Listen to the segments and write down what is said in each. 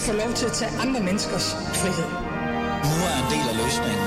få lov til at tage andre menneskers frihed. Nu er en del af løsningen.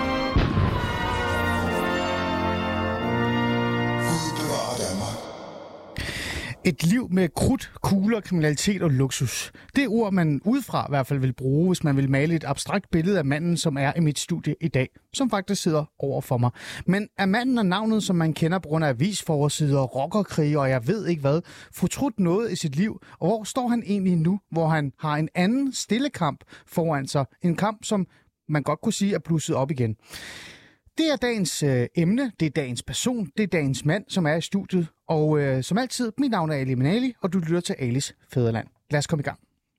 Et liv med krudt, kugler, kriminalitet og luksus. Det er ord, man udefra i hvert fald vil bruge, hvis man vil male et abstrakt billede af manden, som er i mit studie i dag, som faktisk sidder over for mig. Men er manden og navnet, som man kender på grund af avisforsider, rockerkrige og jeg ved ikke hvad, fortrudt noget i sit liv? Og hvor står han egentlig nu, hvor han har en anden stille kamp foran sig? En kamp, som man godt kunne sige er blusset op igen. Det er dagens emne, det er dagens person, det er dagens mand, som er i studiet. Og som altid, mit navn er Ali Manali, og du lytter til Alis Fædreland. Lad os komme i gang.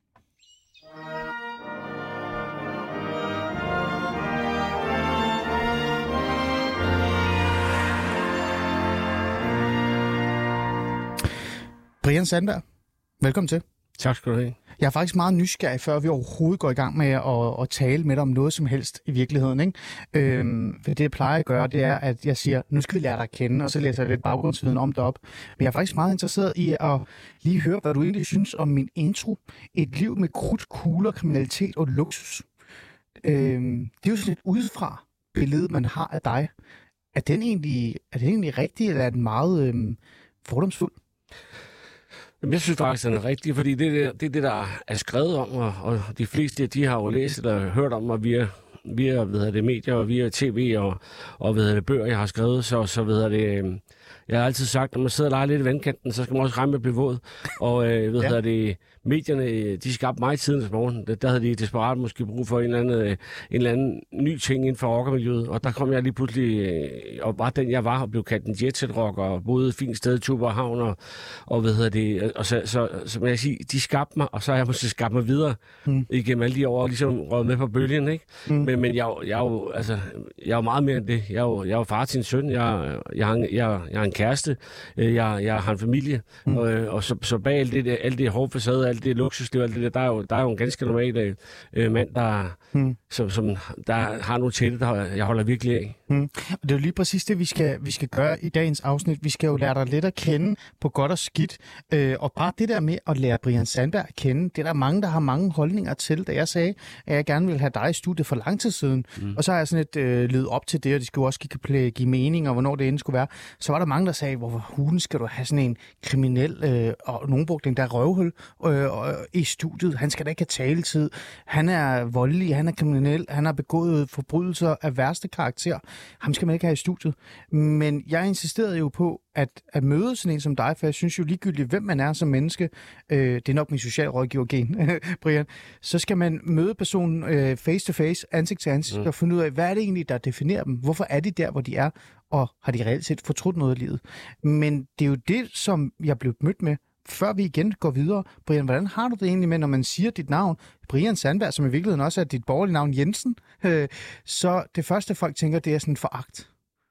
Brian Sandberg, velkommen til. Tak skal du have. Jeg er faktisk meget nysgerrig, før vi overhovedet går i gang med at tale med dig om noget som helst i virkeligheden. Ikke? Det jeg plejer at gøre, det er, at jeg siger, nu skal vi lære dig at kende, og så læser jeg lidt baggrundsviden om det op. Men jeg er faktisk meget interesseret i at lige høre, hvad du egentlig synes om min intro. Et liv med krudt, kugler, kriminalitet og luksus. Det er jo sådan et udefra billede, man har af dig. Er det egentlig rigtigt, eller er den meget fordomsfuld? Jeg synes faktisk, den er rigtig, fordi det er det, der er skrevet om, og de fleste, de har jo læst eller hørt om mig via medier og via tv og bøger, jeg har skrevet, så jeg har altid sagt, når man sidder og leger lidt i vandkanten, så skal man også regne med at blive våd. Og medierne, de skabte mig i tidens morgen. Der havde de desperat måske brug for en eller anden ny ting inden for rockermiljøet. Og der kom jeg lige pludselig, og var den jeg var, og blev kaldt en jetset-rocker, og boede et fint sted i Tuborghavn, og så må jeg sige, de skabte mig, og så har jeg måske skabt mig videre igennem alle de år, ligesom røget med på bølgen, ikke? Men jeg er jo meget mere end det. Jeg er jo far til en søn, jeg har en kæreste, jeg har en familie, og så bag alt det hårde facade, alt det luksusliv, alt det der er jo en ganske normal mand, der har nogle tætte, der jeg holder virkelig af. Og det er jo lige præcis det, vi skal gøre i dagens afsnit. Vi skal jo lære dig lidt at kende på godt og skidt, og bare det der med at lære Brian Sandberg at kende, det er der mange, der har mange holdninger til. Da jeg sagde, at jeg gerne ville have dig i studiet for lang tid siden, og så har jeg sådan et ledet op til det, og det skulle også give mening, og hvornår det endelig skulle være, så var der mange, der sagde, hvorfor hulen skal du have sådan en kriminel, og nogen brugte den der røvhul i studiet. Han skal da ikke have taletid. Han er voldelig, han er kriminel, han har begået forbrydelser af værste karakter. Ham skal man ikke have i studiet. Men jeg insisterede jo på, at møde sådan en som dig, for jeg synes jo ligegyldigt, hvem man er som menneske, det er nok min socialrådgiver-gen, Brian, så skal man møde personen face to face, ansigt til ansigt, og finde ud af, hvad er det egentlig, der definerer dem? Hvorfor er de der, hvor de er? Og har de reelt set fortrudt noget i livet? Men det er jo det, som jeg blev mødt med, før vi igen går videre. Brian, hvordan har du det egentlig med, når man siger dit navn, Brian Sandberg, som i virkeligheden også er dit borgerlige navn Jensen, så det første folk tænker, det er sådan foragt?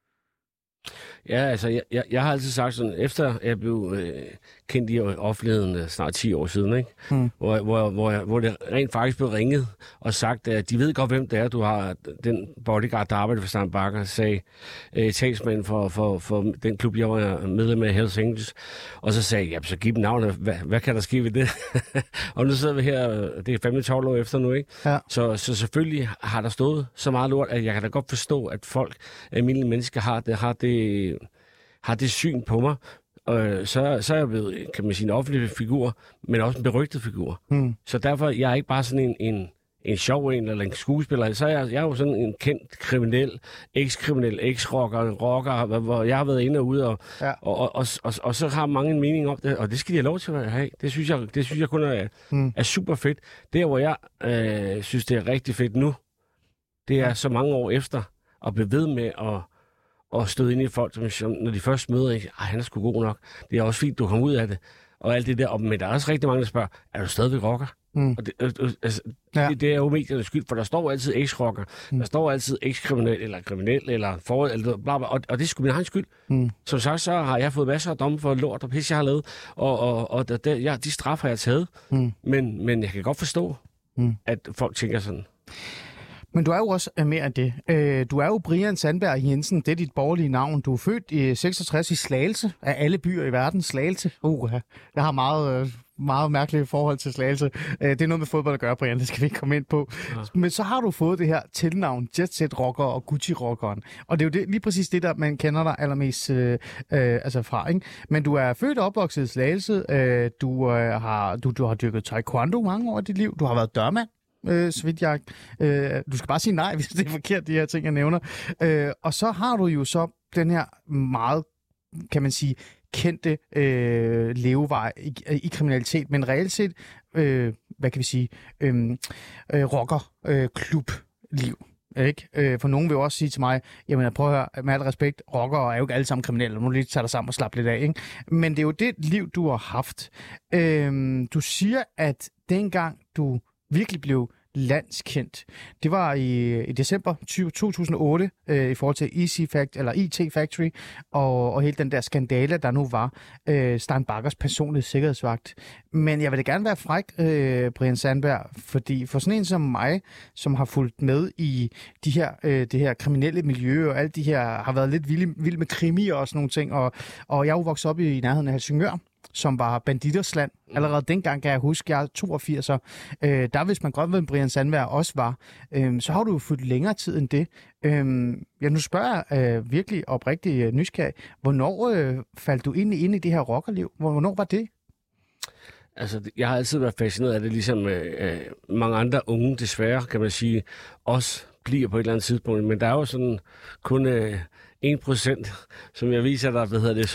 Ja, altså, jeg har altid sagt sådan, efter jeg blev kendt i offentligheden snart 10 år siden, ikke? Hvor det rent faktisk blev ringet og sagt, at de ved godt, hvem det er, du har den bodyguard, der arbejder for Stam Bakker, sagde talsmanden for den klub, jeg var medlem af, Hells Angels, og så sagde jeg, så giv dem navnet, hvad kan der ske ved det? Og nu sidder vi her, det er 15-12 år efter nu, ikke? Ja. Så selvfølgelig har der stået så meget lort, at jeg kan da godt forstå, at folk, almindelige mennesker, har det syn på mig. Så er jeg blevet, kan man sige, en offentlig figur, men også en berygtet figur. Så derfor jeg er ikke bare sådan en sjov en eller en skuespiller. Så er jeg jo sådan en kendt kriminel, ekskriminel, rocker, hvor jeg har været inde og ude, og så har mange en mening om det, og det skal de have lov til at have. Det synes jeg kun er super fedt. Der, hvor jeg synes, det er rigtig fedt nu, det er så mange år efter at blive ved med at støde ind i folk, som når de først møder, ikke, han er sgu god nok. Det er også fint, du kommer ud af det. Og alt det der. Men der er også rigtig mange, der spørger, er du stadigvæk rocker? Og det er jo mediernes skyld, for der står altid eks-rocker. Der står altid eks-kriminel, eller kriminel, eller forud, eller bla bla, og det er sgu min egen skyld. Som sagt, så har jeg fået masser af domme for lort og pis, jeg har lavet, og de straffer jeg taget. Men jeg kan godt forstå, at folk tænker sådan. Men du er jo også mere end det. Du er jo Brian Sandberg Jensen, det er dit borgerlige navn. Du er født i 66 i Slagelse, af alle byer i verden. Slagelse. Jeg har meget mærkeligt forhold til Slagelse. Det er noget med fodbold at gøre, Brian, det skal vi ikke komme ind på. Ja. Men så har du fået det her tilnavn, Jet Set Rocker og Gucci Rockeren. Og det er jo lige præcis det, der man kender dig allermest fra. Ikke? Men du er født og opvokset i Slagelse. Du har dyrket taekwondo mange år i dit liv. Du har været dørmand. Så vidt jeg... du skal bare sige nej, hvis det er forkert, de her ting, jeg nævner. Og så har du jo så den her meget, kan man sige, kendte levevej i kriminalitet, men reelt set, hvad kan vi sige, rockerklub-liv. Ikke? For nogen vil jo også sige til mig, jamen prøv at høre, med al respekt, rockere er jo ikke alle sammen kriminelle, nu lige tager dig sammen og slap lidt af. Ikke? Men det er jo det liv, du har haft. Du siger, at dengang du virkelig blev landskendt. Det var i december 2008 i forhold til IT Factory og hele den der skandale, der nu var Stein Baggers personlige sikkerhedsvagt. Men jeg vil da gerne være fræk, Brian Sandberg, fordi for sådan en som mig, som har fulgt med i det her kriminelle miljø og alt de her, har været lidt vild med krimi og sådan nogle ting, og jeg er jo vokset op i nærheden af Helsingør, som var banditers land. Allerede dengang kan jeg huske, jeg er 82. Der hvis man godt ved, Brian Sandberg også var, så har du jo fulgt længere tid end det. Nu spørger jeg virkelig oprigtigt nysgerrig. Hvornår faldt du ind i det her rockerliv? Hvornår var det? Altså, jeg har altid været fascineret af det, ligesom mange andre unge, desværre, kan man sige, også bliver på et eller andet tidspunkt. Men der er jo sådan kun 1%, som jeg viser dig,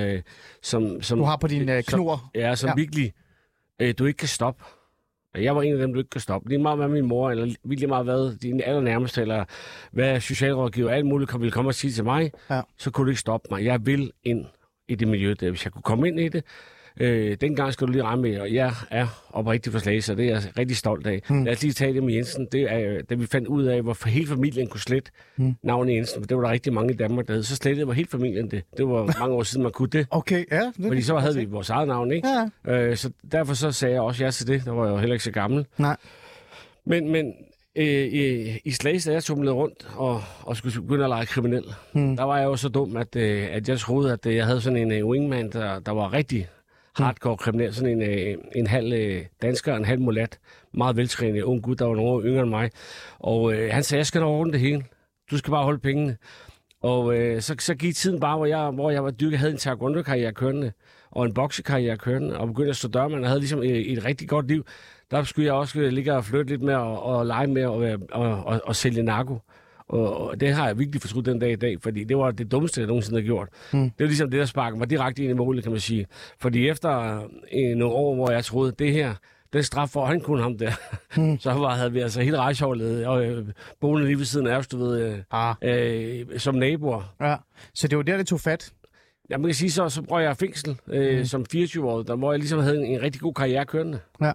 som du har på din knur. Virkelig, du ikke kan stoppe. Jeg var en af dem, du ikke kan stoppe. Lige meget hvad min mor, eller virkelig meget hvad din allernærmeste, eller hvad socialrådgiver, alt muligt ville komme og sige til mig, så kunne du ikke stoppe mig. Jeg vil ind i det miljø der. Hvis jeg kunne komme ind i det, dengang skal du lige regne med, og jeg er oprigtig for Slagelse, og det er jeg rigtig stolt af. Lad os lige tage det med Jensen. Det er, da vi fandt ud af, hvor hele familien kunne slette navnet Jensen, for det var der rigtig mange i Danmark, der hed. Så slettede var hele familien det. Det var mange år siden, man kunne det. Okay, ja. Fordi så havde vi vores eget navn, ikke? Ja. Så derfor så sagde jeg også ja til det. Der var jeg jo heller ikke så gammel. Nej. Men i Slagelse, jeg tumlede rundt og skulle begynde at lege kriminel. Der var jeg jo så dum, at jeg troede, at jeg havde sådan en wingman, der var rigtig hardcore kriminel, sådan en halv dansker, en halv mulat, meget veltrænet ung gut, der var nogle år yngre end mig. Og han sagde, jeg skal nok ordne det hele. Du skal bare holde pengene. Og så gik tiden bare, hvor jeg var dykket, havde en taekwondo-karriere kørende, og en boksekarriere kørende, og begyndte at stå dørmand, og havde ligesom et rigtig godt liv. Der skulle jeg også ligge og flytte lidt med, og lege med, og sælge narko. Og det har jeg virkelig fortrudt den dag i dag, fordi det var det dummeste, jeg nogensinde har gjort. Det var ligesom det, der sparkede mig direkte ind i målet, kan man sige. Fordi efter nogle år, hvor jeg troede, det her, den straf for, han kunne ham der, så havde vi altså hele rejseholdet og boende lige ved siden af os, du ved, som naboer. Ja, så det var der, det tog fat? Ja, man kan sige, så brød jeg fængsel som 24-årig, hvor jeg ligesom havde en rigtig god karriere kørende. Ja.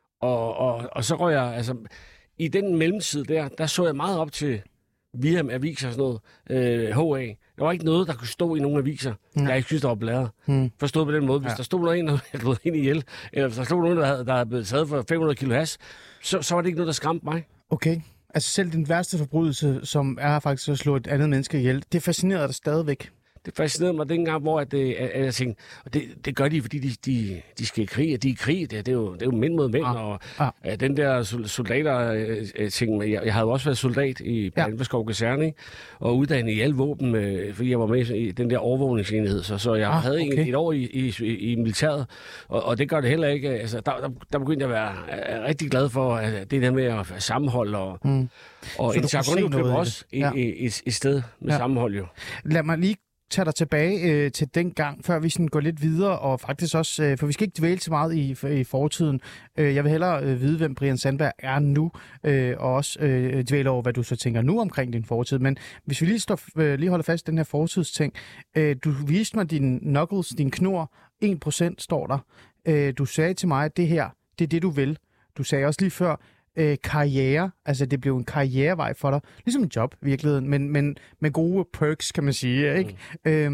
Og så røg jeg, altså, i den mellemtid der så jeg meget op til via aviser og sådan noget, HA. Der var ikke noget, der kunne stå i nogle aviser, jeg ikke synes, der var bladret. Forstået på den måde. Hvis der stod noget, der havde gået ind ihjel, eller hvis der stod nogen, der havde blevet taget for 500 kilo hash, så var det ikke noget, der skræmte mig. Okay. Altså selv den værste forbrydelse, som er faktisk at slå et andet menneske ihjel, det fascinerede dig stadigvæk? Det fascinerede mig dengang, hvor at jeg tænkte, og det gør de, fordi de skal i krig, og de er i krig. Det er jo mænd mod mænd, og den der soldater-ting. Jeg havde jo også været soldat i Palmeskov Kaserne, og uddannet i alle våben, fordi jeg var med i den der overvågningsenhed. Så jeg havde et år i militæret, og det gør det heller ikke. Altså, der begyndte jeg at være rigtig glad for at det der med at sammenholde, og en taekwondo-klub også et sted med sammenhold jo. Lad mig lige tage dig tilbage til den gang, før vi sådan går lidt videre, og faktisk også, for vi skal ikke dvæle så meget i fortiden. Jeg vil hellere vide, hvem Brian Sandberg er nu, og også dvæle over, hvad du så tænker nu omkring din fortid. Men hvis vi lige holder fast i den her fortidsting. Du viste mig dine knuckles, din knor, 1% står der. Du sagde til mig, at det her, det er det, du vil. Du sagde også lige før, karriere, altså det blev en karrierevej for dig, ligesom en job i virkeligheden, men med gode perks, kan man sige, ikke?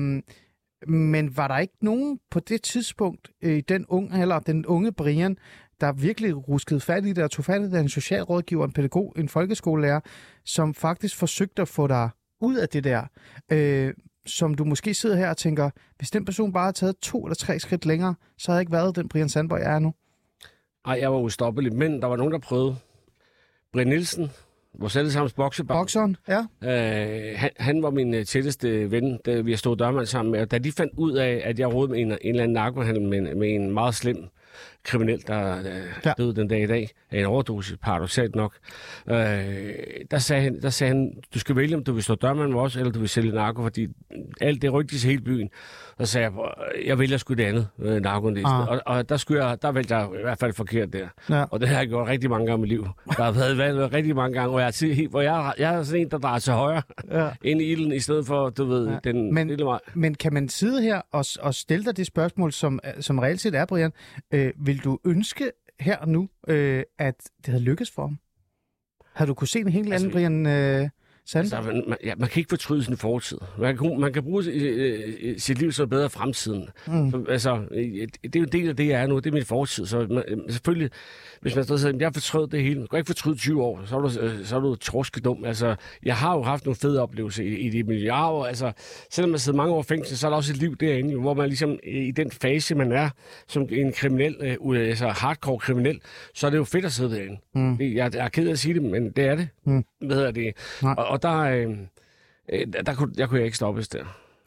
Men var der ikke nogen på det tidspunkt i den unge Brian, der virkelig ruskede fat i det og tog fat i det, en socialrådgiver, en pædagog, en folkeskolelærer, som faktisk forsøgte at få dig ud af det der, som du måske sidder her og tænker, hvis den person bare havde taget 2 eller 3 skridt længere, så havde jeg ikke været den Brian Sandberg, jeg er nu. Nej, jeg var ustoppelig, men der var nogen, der prøvede. Brian Nielsen, vores allesammens bokseband. Bokseren, ja. Han var min tætteste ven, da vi stod dørmand sammen med. Og da de fandt ud af, at jeg rodede med en eller anden narkohandel med en meget slem kriminel, der døde den dag i dag af en overdosis, paradoksalt nok. Der sagde han, du skal vælge, om du vil stå dørmand med os, eller du vil sælge narko, fordi alt det rygtes i hele byen. Der sagde jeg vælger sgu det andet, narkonæsten. Og der valgte jeg i hvert fald forkert der. Ja. Og det har jeg gjort rigtig mange gange i mit liv. Der har været valgt rigtig mange gange, hvor jeg er sådan en, der drejer til højre ind i ilden, i stedet for, du ved, den lille vej. Men kan man sidde her og stille dig det spørgsmål, som reelt set er, Brian, vil du ønske her og nu, at det havde lykkes for ham? Har du kunne se en helt anden Brian Sandberg? Man kan ikke fortryde sin fortid. Man kan bruge sit liv så bedre i fremtiden. Så, det er jo en del af det, jeg er nu. Det er min fortid. Så selvfølgelig, hvis man siger, at jeg har fortrydet det hele. Man kan ikke fortryde 20 år. Så er du torskedum. Altså, jeg har jo haft nogle fede oplevelser i de miljøer. Altså, selvom man sidder mange år i fængsel, så er der også et liv derinde, hvor man ligesom i den fase, man er som en kriminel, altså hardcore kriminel, så er det jo fedt at sidde derinde. Jeg er ked af at sige det, men det er det. Hvad hedder det? Og der kunne jeg ikke stoppes der.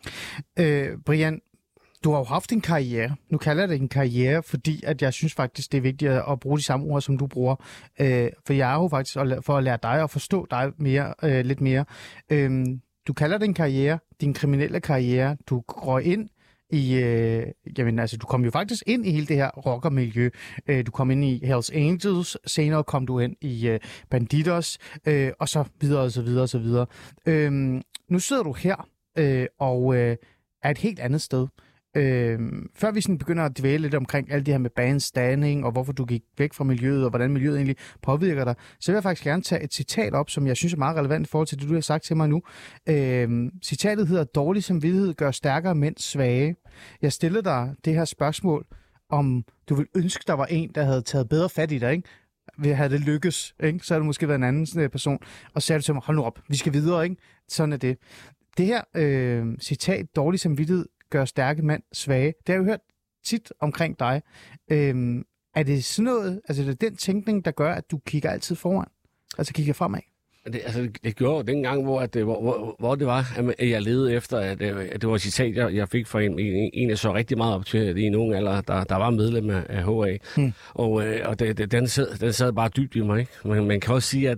Brian, du har jo haft en karriere. Nu kalder jeg det en karriere, fordi at jeg synes faktisk, det er vigtigt at bruge de samme ord, som du bruger. For jeg er jo faktisk for at lære dig at forstå dig mere, lidt mere. Du kalder det en karriere, din kriminelle karriere. Du røg ind i, du kom jo faktisk ind i hele det her rockermiljø. Du kom ind i Hells Angels, senere kom du ind i Bandidos, og så videre, og så videre, og så videre. Nu sidder du her og er et helt andet sted. Før vi sådan begynder at dvæle lidt omkring alt det her med bandstanding, og hvorfor du gik væk fra miljøet, og hvordan miljøet egentlig påvirker dig, så vil jeg faktisk gerne tage et citat op, som jeg synes er meget relevant i forhold til det, du har sagt til mig nu. Citatet hedder, dårlig samvittighed gør stærkere mænd svage. Jeg stillede dig det her spørgsmål, om du ville ønske, der var en, der havde taget bedre fat i dig, ikke? Havde det lykkes, ikke? Så havde det måske været en anden person. Og så sagde du til mig, hold nu op, vi skal videre, ikke? Sådan er det. Det her citat, dårlig samvittighed gør stærke mænd svage, det har jeg jo hørt tit omkring dig. Er det sådan noget, altså det er den tænkning, der gør, at du kigger altid foran? Altså kigger fremad? Det gjorde jo dengang, hvor det var, at jeg ledede efter, at det var et citat, jeg fik fra en jeg så rigtig meget op til i en ung alder, der var medlem af HA. Og den sad bare dybt i mig. Ikke? Man kan også sige,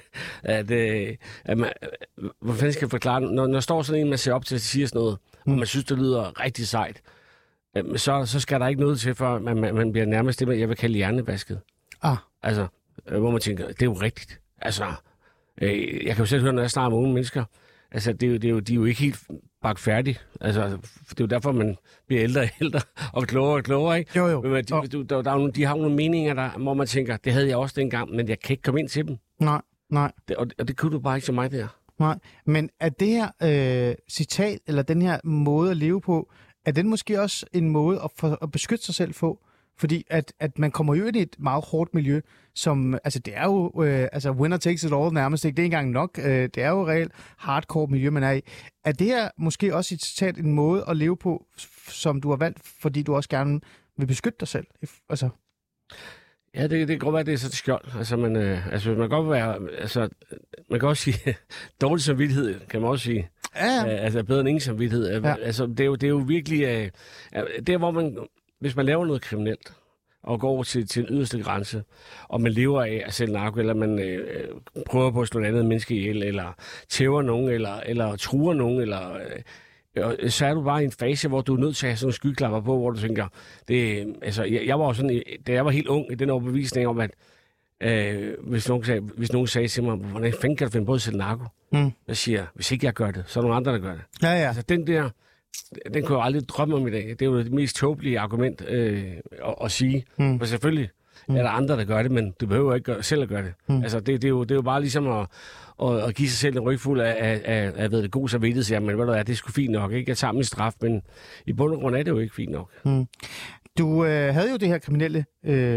at man, hvor fanden skal jeg forklare, når står sådan en, man ser op til at sige sådan noget, og man synes, det lyder rigtig sejt, så skal der ikke noget til, før man bliver nærmest det, jeg vil kalde hjernevasket. Altså, hvor man tænker, det er jo rigtigt. Altså, jeg kan jo selv høre, når jeg snakker med unge mennesker, altså, de er jo ikke helt bakfærdige. Altså, det er jo derfor, man bliver ældre og ældre, og klogere og klogere, ikke? Jo. Men de har nogle meninger, hvor man tænker, det havde jeg også dengang, men jeg kan ikke komme ind til dem. Nej. Og det kunne du bare ikke til mig der. Nej, men er det her citat, eller den her måde at leve på, er den måske også en måde at beskytte sig selv på? Fordi at man kommer jo ind i et meget hårdt miljø, som, altså det er jo, winner takes it all nærmest, ikke? Det er ikke engang nok, det er jo reelt hardcore miljø, man er i. Er det her måske også et citat, en måde at leve på, som du har valgt, fordi du også gerne vil beskytte dig selv? Altså... Ja, det kan godt være, det er så et skjold. Altså, man kan godt være, altså, man kan også sige, dårlig samvittighed, kan man også sige. Ja. Altså, bedre end ingen samvittighed. Ja. Altså, det er jo virkelig, det er, hvor man, hvis man laver noget kriminelt, og går over til en yderste grænse, og man lever af at sælge narko, eller man prøver på at slå et andet menneske ihjel, eller tæver nogen, eller truer nogen, eller... så er du bare i en fase, hvor du er nødt til at have sådan nogle skyklapper på, hvor du tænker, jeg var sådan, da jeg var helt ung, i den overbevisning om, at hvis nogen sagde til mig, hvordan fanden kan du finde på at sælge narko? Jeg siger, hvis ikke jeg gør det, så er der nogle andre, der gør det. Ja. Altså den kunne jeg aldrig drømme om i dag. Det er jo det mest tåbelige argument at sige. For selvfølgelig er der andre, der gør det, men du behøver ikke selv at gøre det. Altså det er jo bare ligesom at give sig selv en rygfuld af god samvittighed, så jamen, det er sgu fint nok, ikke? Jeg tager min straf, men i bund og grund er det jo ikke fint nok. Du havde jo det her kriminelle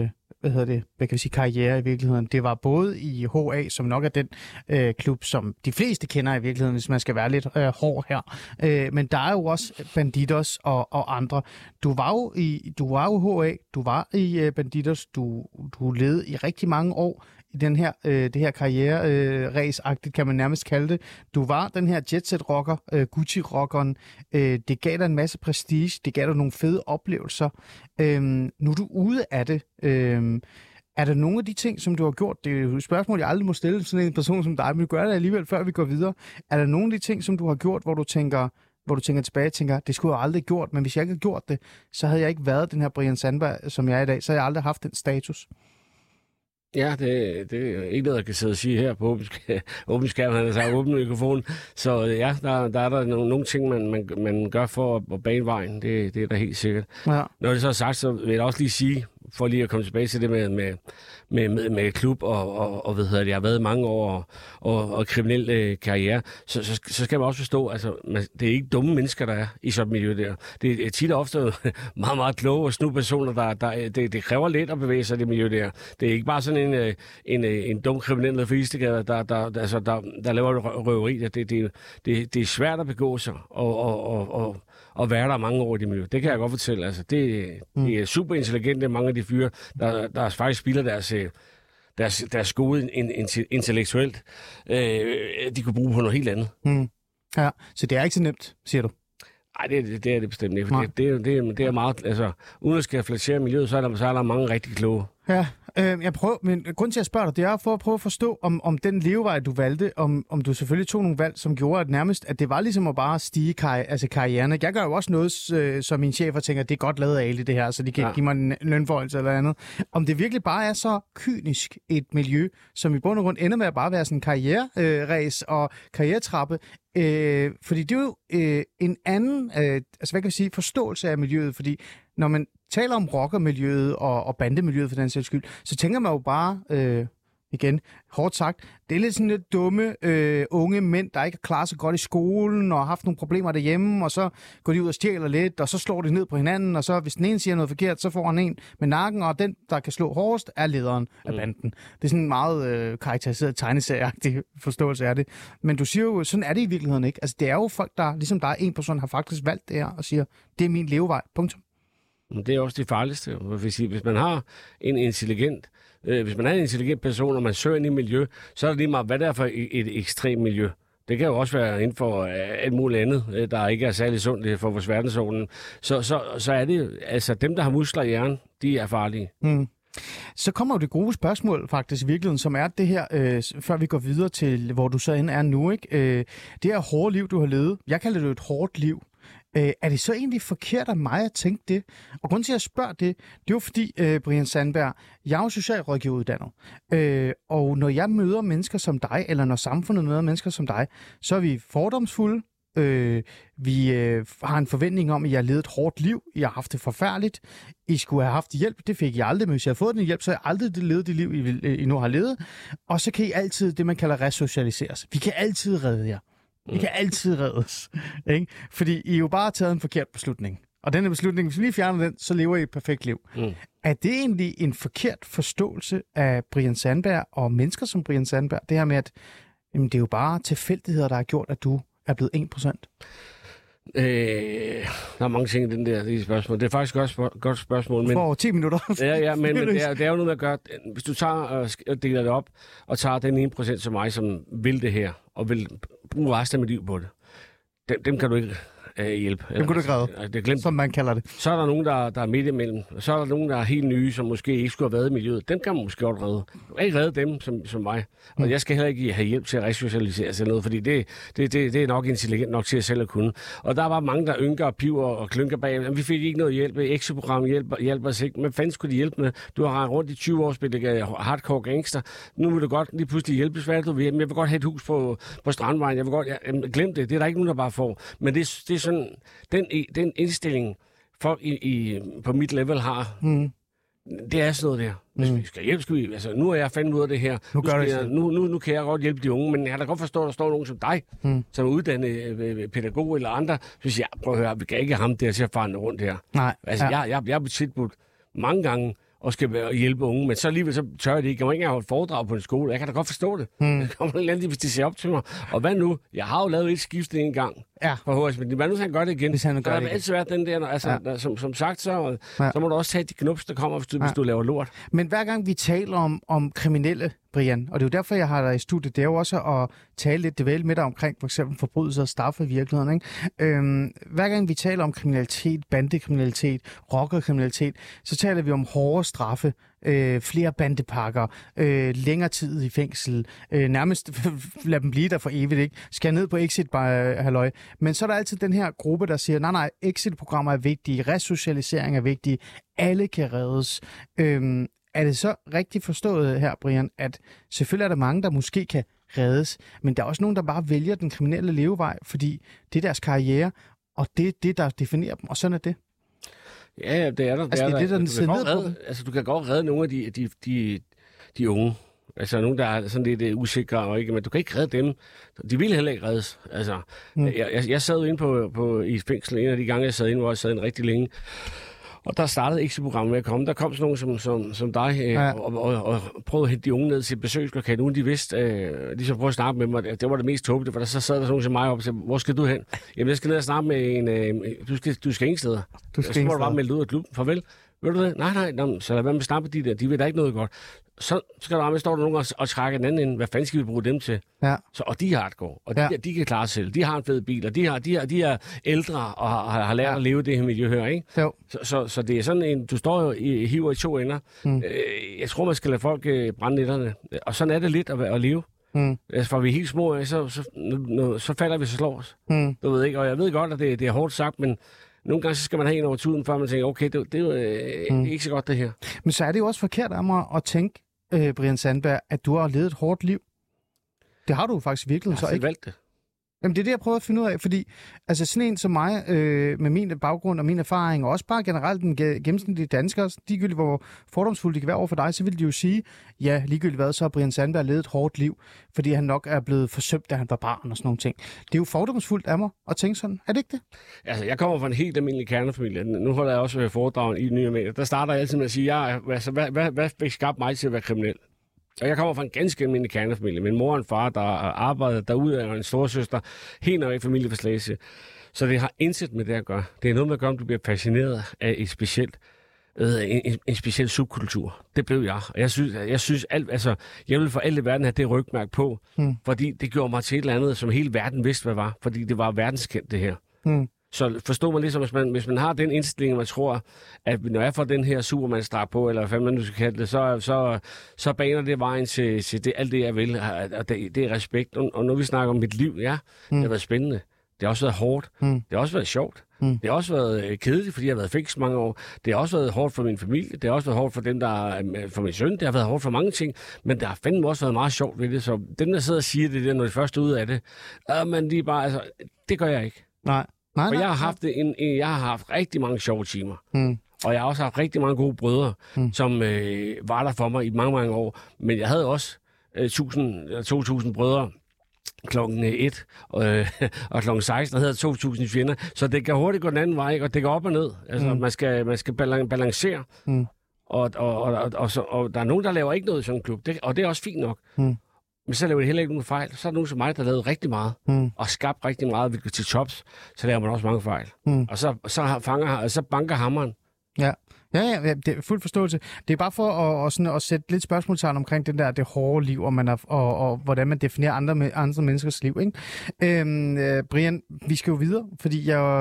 karriere i virkeligheden. Det var både i HA, som nok er den klub, som de fleste kender i virkeligheden, hvis man skal være lidt hård her. Men der er jo også Bandidos og andre. Du var jo i HA, du var i Bandidos, du levede i rigtig mange år i den her, det her karriere-race-agtigt, kan man nærmest kalde det. Du var den her jetset-rocker, Gucci-rockeren. Det gav dig en masse prestige, det gav dig nogle fede oplevelser. Nu er du ude af det. Er der nogle af de ting, som du har gjort? Det er jo et spørgsmål, jeg aldrig må stille til sådan en person som dig, men vi gør det alligevel, før vi går videre. Er der nogle af de ting, som du har gjort, hvor du tænker tilbage og tænker, det skulle jeg aldrig have gjort, men hvis jeg ikke havde gjort det, så havde jeg ikke været den her Brian Sandberg, som jeg er i dag, så havde jeg aldrig haft den status. Ja, det er ikke noget, jeg kan sidde og sige her på åben skærm, han har sagt åben mikrofon. Så ja, der er der nogle ting, man gør for at bane vejen. Det er da helt sikkert. Ja. Når det så er sagt, så vil jeg også lige sige, for lige at komme tilbage til det med klub og jeg har været mange år og kriminel karriere, så skal man også forstå, altså det er ikke dumme mennesker, der er i sådan et miljø der. Det er tit og ofte meget, meget kloge og snu personer, det kræver lidt at bevæge sig i det miljø der. Det er ikke bare sådan en dum kriminel eller fristegader, der laver røveri. Det er svært at begå sig og være der mange år i det miljø. Det kan jeg godt fortælle. Altså, det er super intelligente, mange af de fyre, der faktisk spiller deres gode intellektuelt. De kunne bruge på noget helt andet. Ja, så det er ikke så nemt, siger du? Nej, det er det bestemt ikke. Det er meget, altså, uden at skal flagere miljøet, så er der mange rigtig kloge. Ja, men grunden til at spørge dig, det er for at prøve at forstå, om den levevej, du valgte, om du selvfølgelig tog nogle valg, som gjorde, at det var ligesom at bare stige karrieren. Jeg gør jo også noget, som min chef tænker, det er godt lavet af Ali det her, så de kan give mig en lønforholdelse eller andet. Om det virkelig bare er så kynisk et miljø, som i bund og grund ender med at bare være sådan en karriereræs og karrieretrappe, fordi det er jo en anden, forståelse af miljøet, fordi når man taler om rockermiljøet og bandemiljøet for den sags skyld, så tænker man jo bare, igen, hårdt sagt, det er lidt sådan lidt dumme unge mænd, der ikke har klaret sig godt i skolen og har haft nogle problemer derhjemme, og så går de ud og stjæler lidt, og så slår de ned på hinanden, og så hvis den ene siger noget forkert, så får han en med nakken, og den, der kan slå hårdest, er lederen af banden. Det er sådan en meget karakteriseret tegneserieagtig forståelse af det. Men du siger jo, sådan er det i virkeligheden ikke. Altså det er jo folk, der, ligesom der er en person, har faktisk valgt det her, og siger, det er min levevej, punktum. Det er også det farligste. Hvis man har en intelligent person, og man søger ind i miljø, så er det lige meget, hvad det er for et ekstremt miljø. Det kan jo også være inden for alt muligt andet, der ikke er særlig sundt for vores verdensorden. Så er det altså dem, der har muskler i hjernen, de er farlige. Så kommer jo det gode spørgsmål faktisk i virkeligheden, som er det her, før vi går videre til, hvor du så end er nu, ikke? Det her hårde liv, du har levet. Jeg kalder det jo et hårdt liv. Er det så egentlig forkert af mig at tænke det? Og grunden til, at jeg spørger det, det er jo fordi, Brian Sandberg, jeg er jo socialrådgiveruddannet. Og når jeg møder mennesker som dig, eller når samfundet møder mennesker som dig, så er vi fordomsfulde. Vi har en forventning om, at I har levet et hårdt liv. I har haft det forfærdeligt. I skulle have haft hjælp. Det fik I aldrig, men hvis I har fået den hjælp, så har I aldrig levet det liv, I nu har levet. Og så kan I altid, det man kalder resocialiseres. Vi kan altid redde jer. I kan altid reddes, ikke? Fordi I jo bare har taget en forkert beslutning. Og denne beslutning, hvis vi lige fjerner den, så lever I et perfekt liv. Er det egentlig en forkert forståelse af Brian Sandberg og mennesker som Brian Sandberg? Det her med, at det er jo bare tilfældigheder, der har gjort, at du er blevet 1%? Der er mange ting i de spørgsmål. Det er faktisk et godt spørgsmål. Men... For 10 minutter. Ja, men det er jo noget med at gøre. Hvis du tager og deler det op, og tager den 1% som mig, som vil det her, og vil bruge resten af mit liv på det, dem kan du ikke hjælp. Dem kunne du græde, som man kalder det. Så er der nogen, der er midt imellem. Så er der nogen, der er helt nye, som måske ikke skulle have været i miljøet. Dem kan man måske godt redde. Du kan ikke redde dem som mig. Og jeg skal heller ikke have hjælp til at resocialisere sig noget, fordi det er nok intelligent nok til at selv at kunne. Og der var mange, der ynker og piver og klynker bag. Men vi fik ikke noget hjælp. Exo-program hjælper os ikke. Men fanden skulle de hjælpe med? Du har rundt i 20 år spillet hardcore gangster. Nu vil du godt lige pludselig hjælpes. Hvad er det, du vil? Jeg vil godt have et hus på Strandvejen. Jeg vil godt... Glem det. Det er der ikke nogen, der bare får. Men det er sådan... Den indstilling, folk på mit level har... Det er sådan noget der. Hvis vi skal hjælpe, altså nu er jeg fandme ud af det her. Nu kan jeg godt hjælpe de unge, men jeg kan da godt forstå, at der står nogen som dig, som er uddannet pædagog eller andre, så siger jeg, prøv at høre, vi kan ikke have ham der til at fare rundt her. Nej. Altså, jeg er blevet tilbudt mange gange og skal hjælpe unge, men så alligevel så tør jeg det ikke. Jeg må ikke engang have et foredrag på en skole. Jeg kan da godt forstå det. Det kommer en anden, hvis de ser op til mig. Og hvad nu? Jeg har jo lavet et skifte en gang for HS, men hvad nu, så han gør det igen? Hvis han gør det igen. Altid været den der, altså, som sagt, så må du også tage de knups, der kommer, hvis du laver lort. Men hver gang vi taler om kriminelle, Brian, og det er jo derfor, jeg har dig i studiet, det er jo også at tale lidt dvæle med dig omkring for eksempel forbrydelser og straffe i virkeligheden. Ikke? Hver gang vi taler om kriminalitet, bandekriminalitet, rockerkriminalitet, så taler vi om hårde straffe, flere bandepakker, længere tid i fængsel, nærmest lad dem blive der for evigt, ikke? Skal ned på exit halløj. Men så er der altid den her gruppe, der siger, nej, exit-programmer er vigtige, resocialisering er vigtige, alle kan reddes. Er det så rigtigt forstået her, Brian, at selvfølgelig er der mange, der måske kan reddes, men der er også nogen, der bare vælger den kriminelle levevej, fordi det er deres karriere, og det er det, der definerer dem, og sådan er det. Ja, det er der. Altså, det er det, der sidder ned på dem. Altså, du kan godt redde nogle af de unge. Altså, nogen, der er sådan lidt usikre, og ikke, men du kan ikke redde dem. De vil heller ikke reddes. Altså, jeg sad jo inde i fængsel en af de gange, jeg sad inde, hvor jeg sad inde rigtig længe. Og der startede exit-programmet med at komme. Der kom sådan nogen som dig og prøvede at hente de unge ned til besøgslokale, uden de vidste, ligesom prøvede at snakke med mig. Det var det mest tåbelige, for der så sad der sådan nogen som mig op og sagde, hvor skal du hen? Jamen, jeg skal ned og snakke med en... Du skal ingen steder. Så må du bare melde ud af klubben. Farvel. Ved du det? Nej, så lad være med at snakke med de der. De ved da ikke noget godt. Så skal der står der nogen og trække den anden ind. Hvad fanden skal vi bruge dem til? Ja. Og de er hardcore, og de kan klare sig selv. De har en fed bil, og de er ældre og har lært at leve det her miljø her, ikke? Jo. Så det er sådan en, du står jo hiver i to ender. Jeg tror, man skal lade folk brænde netterne. Og sådan er det lidt at leve. Altså, for vi er helt små, så falder vi, så slår os. Du ved ikke, og jeg ved godt, at det er hårdt sagt, men nogle gange så skal man have en over tuden, før man tænker, okay, det er jo ikke så godt det her. Men så er det jo også forkert af mig at tænke, Brian Sandberg, at du har levet et hårdt liv. Det har du faktisk virkelig så ikke. Jeg har valgt det. Jamen det er det, jeg prøver at finde ud af, fordi altså sådan en som mig, med min baggrund og min erfaring, og også bare generelt den gennemsnitlige danskere, ligegyldigt hvor fordomsfulde de kan være over for dig, så vil de jo sige, ja, ligegyldigt hvad, så har Brian Sandberg levet et hårdt liv, fordi han nok er blevet forsømt, da han var barn og sådan nogle ting. Det er jo fordomsfuldt af mig at tænke sådan. Er det ikke det? Altså, jeg kommer fra en helt almindelig kernefamilie. Nu holder jeg også foredrag i Nye Medier. Der starter jeg altid med at sige, hvad fik skabt mig til at være kriminel? Og jeg kommer fra en ganske almindelig kernefamilie. Min mor og en far, der arbejdede derude, og en storesøster, helt og ikke familieforslagelse. Så det har intet med det at gøre. Det er noget med at gøre, om du bliver fascineret af en speciel subkultur. Det blev jeg. Og jeg synes jeg vil for alt i verden have det rygmærke på, fordi det gjorde mig til et eller andet, som hele verden vidste, hvad var. Fordi det var verdenskendt, det her. Så forstår man ligesom, hvis man har den indstilling, man tror, at når jeg får den her Superman-strap på, eller hvad man nu skal kalde det, så baner det vejen til det, alt det, jeg vil. Og det er respekt. Og når vi snakker om mit liv, det har været spændende. Det har også været hårdt. Det har også været sjovt. Det har også været kedeligt, fordi jeg har været fængsel mange år. Det har også været hårdt for min familie. Det har også været hårdt for dem, for min søn. Det har været hårdt for mange ting. Men der har fandme også været meget sjovt ved det. Så dem, der sidder og siger det der, når de først er ude af det, men de bare, altså, det gør jeg ikke. Nej. For jeg har haft rigtig mange sjove timer. Og jeg har også haft rigtig mange gode brødre, som var der for mig i mange, mange år. Men jeg havde også 2.000 brødre klokken 1 og klokken 16, der hedder 2.000 fjender. Så det kan hurtigt gå den anden vej, ikke? Og det går op og ned. Altså, man skal balancere. Og der er nogen, der laver ikke noget i sådan en klub. Og det er også fint nok. Men så laver det heller ikke nogen fejl. Så er der nogen som mig, der lavede rigtig meget, og skabt rigtig meget, vi går til tops, så laver man også mange fejl. Og så banker hammeren. Ja, det er fuld forståelse. Det er bare for at sætte lidt spørgsmålstegn omkring det hårde liv, og hvordan man definerer andre menneskers liv, ikke? Brian, vi skal jo videre, fordi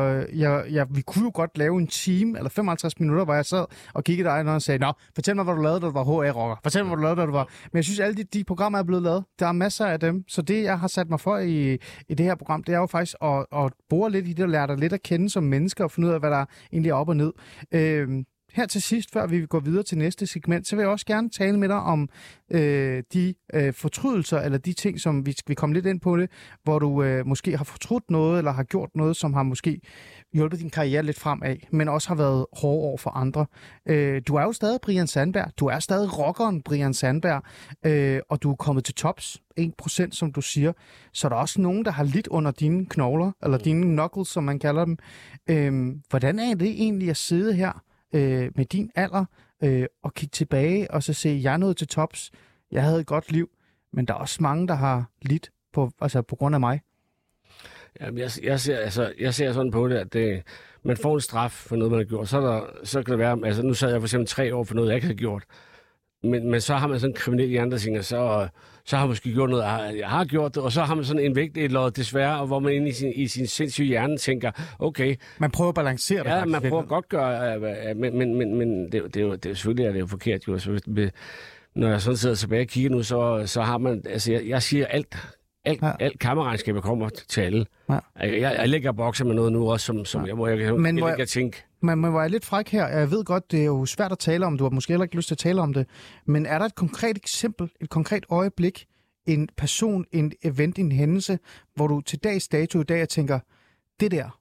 vi kunne jo godt lave en time eller 55 minutter, hvor jeg sad og kiggede dig og sagde, nå, fortæl mig, hvad du lavede, da du var HA-rocker. Fortæl mig, hvad du lavede, da du var... Men jeg synes, alle de programmer er blevet lavet. Der er masser af dem. Så det, jeg har sat mig for i det her program, det er jo faktisk at bore lidt i det, og lære dig lidt at kende som mennesker, og finde ud af, hvad der egentlig er op og ned. Her til sidst, før vi går videre til næste segment, så vil jeg også gerne tale med dig om de fortrydelser, eller de ting, som vi kommer lidt ind på det, hvor du måske har fortrudt noget, eller har gjort noget, som har måske hjulpet din karriere lidt fremad, men også har været hård over for andre. Du er jo stadig Brian Sandberg. Du er stadig rockeren Brian Sandberg, og du er kommet til tops. 1%, som du siger. Så er der også nogen, der har lidt under dine knogler, eller dine knuckles, som man kalder dem. Hvordan er det egentlig at sidde her med din alder og kigge tilbage og så se, jeg nåede til tops, jeg havde et godt liv, men der er også mange, der har lidt på grund af mig. Jamen, jeg ser sådan på det, at man får en straf for noget, man har gjort. Så kan det være, altså nu sad jeg for eksempel 3 år for noget, jeg ikke havde gjort. Men så har man sådan en kriminel hjerne, der tænker, så har jeg måske gjort noget, jeg har gjort det, og så har man sådan en vægtelod desværre, og hvor man inde i sin sindssyge hjerne tænker, okay. Man prøver at balancere det. Ja, man prøver at godt gøre, men det er jo selvfølgelig er det jo forkert. Jo. Når jeg sådan sidder tilbage og kigger nu, så har man, altså jeg siger alt kammerregnskab kommer til alle. Ja. Jeg lægger og bokser med noget nu også, hvor jeg kan tænke. Men hvor jeg er lidt fræk her, jeg ved godt, det er jo svært at tale om, du har måske heller ikke lyst til at tale om det, men er der et konkret eksempel, et konkret øjeblik, en person, en event, en hændelse, hvor du til dags dato i dag tænker, det der,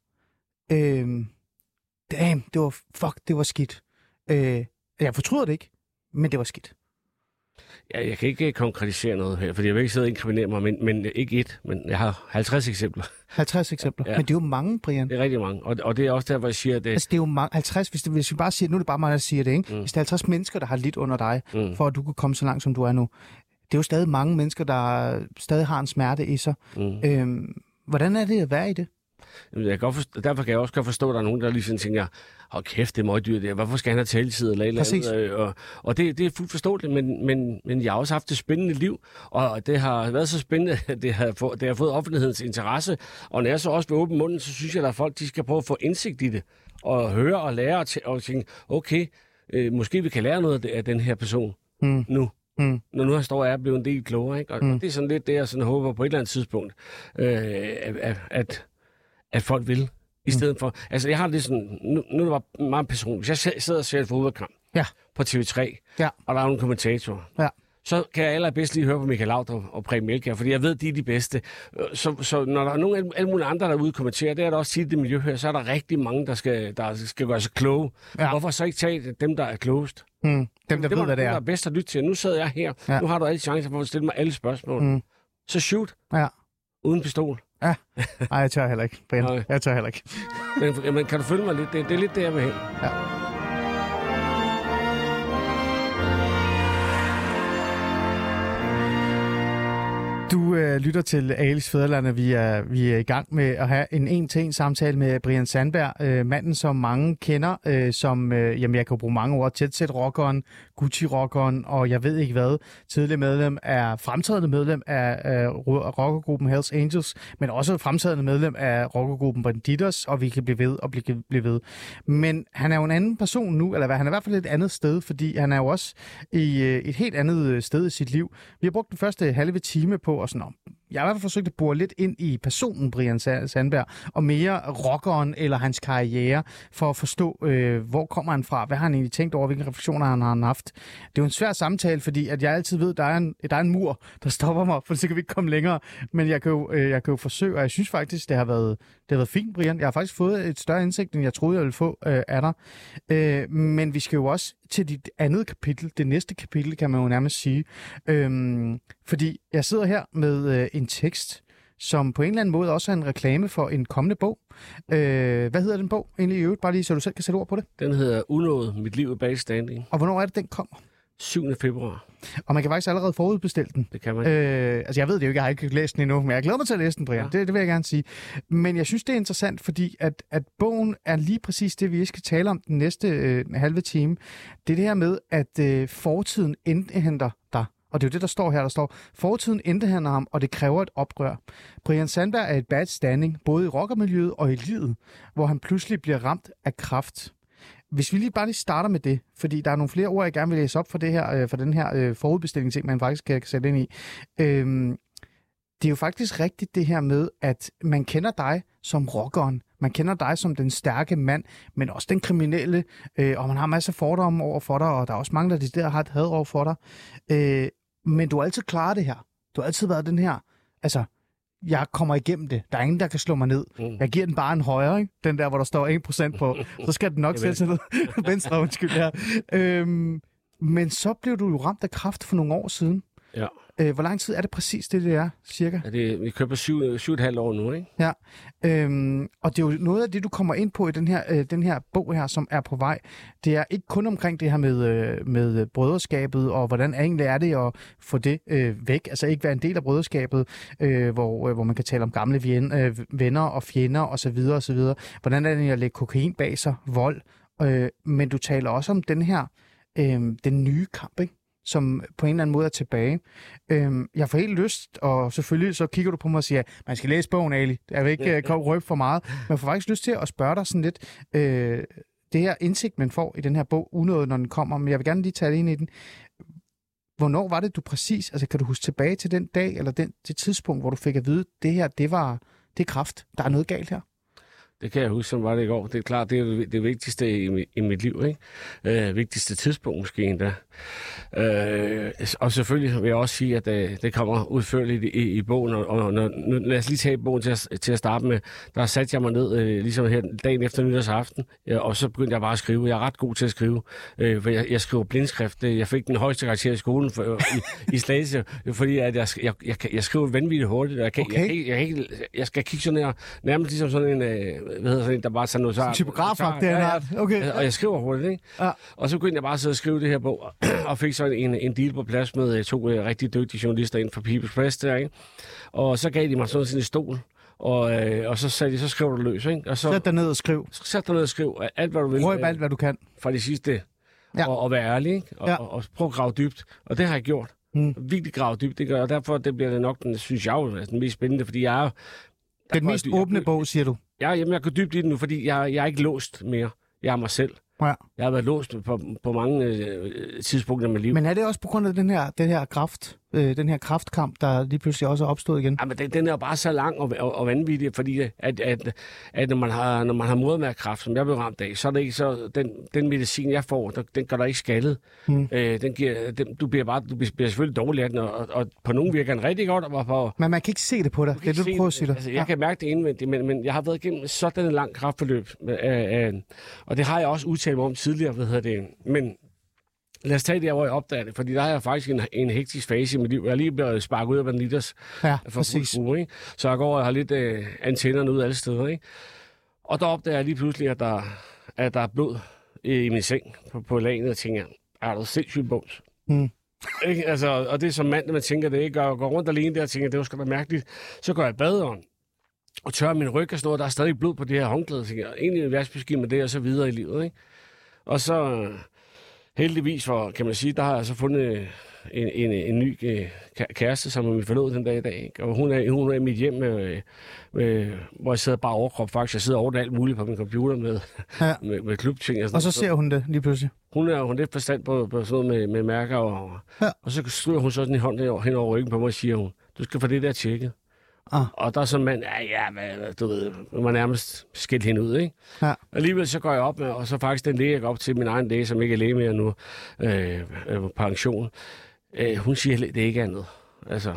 damn, det var skidt. Jeg fortryder det ikke, men det var skidt. Ja, jeg kan ikke konkretisere noget her, fordi jeg vil ikke sidde og inkriminere mig, men ikke men jeg har 50 eksempler. 50 eksempler? Ja. Men det er jo mange, Brian. Det er rigtig mange, og det er også der, hvor jeg siger, at det... Altså, det er jo mange, 50, hvis vi bare siger, nu er det bare mig, der siger det, ikke? Hvis der er 50 mennesker, der har lidt under dig, for at du kan komme så langt, som du er nu, det er jo stadig mange mennesker, der stadig har en smerte i sig. Hvordan er det at være i det? Derfor kan jeg også godt forstå, at der er nogen, der ligesom tænker, kæft, det er møgdyr der. Hvorfor skal han have taletid eller et eller andet? Og det er fuldt forståeligt, men jeg har også haft et spændende liv, og det har været så spændende, at det har fået offentlighedens interesse. Og når jeg så også vil åbne munden, så synes jeg, at der er folk, de skal prøve at få indsigt i det, og høre og lære og tænke, okay, måske vi kan lære noget af den her person nu. Når nu han står og er blevet en del klogere, ikke? Og det er sådan lidt det, jeg sådan håber på et eller andet tidspunkt, at folk vil. I stedet for... Altså, jeg har det sådan... Nu er det bare meget personligt. Hvis jeg sidder og ser et fodboldkamp på TV3, og der er nogle kommentatorer, så kan jeg allerbedst lige høre på Michael Laudrup og Preben Elkjær, fordi jeg ved, de er de bedste. Så når der er nogle alle mulige andre, der er ude og kommentere, det er der også tit det miljø her, så er der rigtig mange, der skal gøre sig kloge. Ja. Hvorfor så ikke tage dem, der er klogest? Dem, der ved, hvad det er. Der er bedst at lytte til. Nu sidder jeg her. Ja. Nu har du alle chancer for at stille mig alle spørgsmål. Så shoot. Ja. Uden pistol. Ja. Nej, jeg tør heller ikke, Brian. Jeg tør heller ikke. Men kan du følge mig lidt? Det er lidt der, jeg vil hen. Ja. Du lytter til Alis Fædreland. Vi er i gang med at have en en-til-en samtale med Brian Sandberg, manden, som mange kender, som, jeg kan bruge mange ord, Jet-Set-rockeren, Gucci-rockeren, og jeg ved ikke hvad, fremtrædende medlem af rockergruppen Hells Angels, men også fremtrædende medlem af rockergruppen Bandidos, og vi kan blive ved og blive ved. Men han er jo en anden person nu, eller han er i hvert fald et andet sted, fordi han er jo også i et helt andet sted i sit liv. Vi har brugt den første halve time på og sådan, jeg har i hvert fald forsøgt at bore lidt ind i personen Brian Sandberg, og mere rockeren eller hans karriere, for at forstå, hvor kommer han fra, hvad har han egentlig tænkt over, hvilke refleksioner han har haft. Det er jo en svær samtale, fordi at jeg altid ved, at der er en mur, der stopper mig, for så kan vi ikke komme længere. Men jeg kan jo forsøge, og jeg synes faktisk, det har været fint, Brian. Jeg har faktisk fået et større indsigt, end jeg troede, jeg ville få af dig. Men vi skal jo også til dit andet kapitel, det næste kapitel, kan man jo nærmest sige. Fordi jeg sidder her med en tekst, som på en eller anden måde også er en reklame for en kommende bog. Hvad hedder den bog egentlig i øvrigt? Bare lige så du selv kan sætte ord på det. Den hedder Unået, mit liv er bagstanding. Og hvornår er det, den kommer? 7. februar. Og man kan faktisk allerede forudbestille den. Det kan man. Altså jeg ved det jo ikke, jeg har ikke læst den endnu, men jeg glæder mig til at læse den, Brian. Ja. Det vil jeg gerne sige. Men jeg synes, det er interessant, fordi at bogen er lige præcis det, vi skal tale om den næste halve time. Det er det her med, at fortiden indhenter dig. Og det er jo det, der står her. Der står, fortiden indhenter ham, og det kræver et oprør. Brian Sandberg er et bad standing, både i rockermiljøet og i livet, hvor han pludselig bliver ramt af kræft. Hvis vi bare lige starter med det, fordi der er nogle flere ord, jeg gerne vil læse op for det her, for den her forudbestilling ting, man faktisk kan sætte ind i. Det er jo faktisk rigtigt det her med, at man kender dig som rockeren. Man kender dig som den stærke mand, men også den kriminelle, og man har masser af fordomme over for dig, og der er også mange, der har et had over for dig. Men du har altid klaret det her. Du har altid været den her, altså, jeg kommer igennem det. Der er ingen, der kan slå mig ned. Jeg giver den bare en højere, ikke? Den der, hvor der står 1% på. Så skal den nok sætte sig ned. Venstre, undskyld her. Men så blev du jo ramt af kræft for nogle år siden. Ja. Hvor lang tid er det præcis, det er, cirka? Ja, vi kører på 7,5 år nu, ikke? Ja, og det er jo noget af det, du kommer ind på i den her bog her, som er på vej. Det er ikke kun omkring det her med brødreskabet, og hvordan egentlig er det at få det væk, altså ikke være en del af brødreskabet, hvor man kan tale om gamle venner og fjender osv. osv. Hvordan er det at lægge kokain bag sig, vold, men du taler også om den her, den nye kamp, ikke? Som på en eller anden måde er tilbage. Jeg får helt lyst, og selvfølgelig så kigger du på mig og siger, man skal læse bogen, Ali. Jeg vil ikke røbe for meget, men jeg får faktisk lyst til at spørge dig sådan lidt, det her indsigt, man får i den her bog, unødigt, når den kommer, men jeg vil gerne lige tage det ind i den. Hvornår var det, du præcis, altså kan du huske tilbage til den dag, eller det tidspunkt, hvor du fik at vide, det her, det er kræft, der er noget galt her? Det kan jeg huske, som var det i går. Det er klart, det er det vigtigste i mit liv, ikke? Vigtigste tidspunkt måske endda. Og selvfølgelig vil jeg også sige, at det kommer udførligt i bogen, og lad os lige tage bogen til at starte med. Der satte jeg mig ned, ligesom her dagen efter nytårsaften, og så begyndte jeg bare at skrive. Jeg er ret god til at skrive, for jeg skriver blindskrift. Jeg fik den højeste karakter i skolen i Slagelse, fordi at jeg skriver vanvittigt hurtigt, og jeg skal kigge sådan her, nærmest ligesom sådan en, der bare sådan noget så. Typograf, det er okay. Og jeg skriver hurtigt, ikke? Ja. Og så begyndte jeg bare at sidde og skrive det her bog, og fik så en deal på plads med 2 rigtig dygtige journalister inden for People's Press der, ikke? Og så gav de mig sådan en stol, og så sagde de, så skriver du løs, ikke? Og så sæt dig ned og skriv. Sæt dig ned og skriv alt, hvad du vil. Røb alt, hvad du kan. Fra det sidste. Ja. Og være ærlig, ikke? Og prøve at grave dybt. Og det har jeg gjort. Virkelig grave dybt, det gør. Og derfor bliver det nok, synes jeg, den mest spændende, fordi jeg er... Den mest åbne bog, siger du? Ja, jamen, jeg går dybt i den nu, fordi jeg er ikke låst mere. Jeg er mig selv. Ja. Jeg har været låst på mange tidspunkter i mit liv. Men er det også på grund af den her kraftkamp, der lige pludselig også er opstået igen? Jamen, den er jo bare så lang og vanvittig, fordi at når man har modermærkekræft, som jeg blev ramt af, så er det ikke så den medicin, jeg får, den gør dig ikke skaldet. Du bliver selvfølgelig dårlig af den, og på nogen virker den rigtig godt. Men man kan ikke se det på dig. Det er det, du prøver at sige dig. Altså, jeg kan mærke det indvendigt, men jeg har været igennem sådan en lang kraftforløb, og det har jeg også udtalt mig om tidligere, men lad os tage det, hvor jeg opdager det, fordi der har jeg faktisk en hektisk fase i mit liv. Jeg er lige blevet sparket ud af Banditas for fuld uge, ikke? Så jeg går og har lidt antennerne ud alle steder, ikke? Og der opdager jeg lige pludselig, at der er blod i min seng på lagenet, og tænker, er du sindssygt bums? Ikke? Altså, og det er som mand, man tænker det, ikke? Og går rundt alene der og tænker, det var sgu da mærkeligt. Så går jeg i baderen og tørrer min ryg og sådan noget, der er stadig blod på det her håndklæde, tænker jeg, egentlig en værtsbeskid med det, og så videre i livet, ikke? Og så heldigvis, kan man sige, der har jeg så fundet en ny kæreste, som er min forlod den dag i dag, ikke? Og hun er i mit hjem, hvor jeg sidder bare overkrop faktisk. Jeg sidder over alt muligt på min computer med klubting. Og så ser hun det lige pludselig? Hun er lidt forstand på sådan noget med mærker, og så stryger hun så sådan i hånden hen over ryggen på mig og siger hun, du skal få det der tjekket. Og der er sådan en mand, du ved, man nærmest skilt hende ud, ikke? Ja. Alligevel så går jeg op med, og så faktisk den læge, jeg går op til min egen læge, som ikke er læge mere nu, på pension. Hun siger, det er ikke andet. Altså,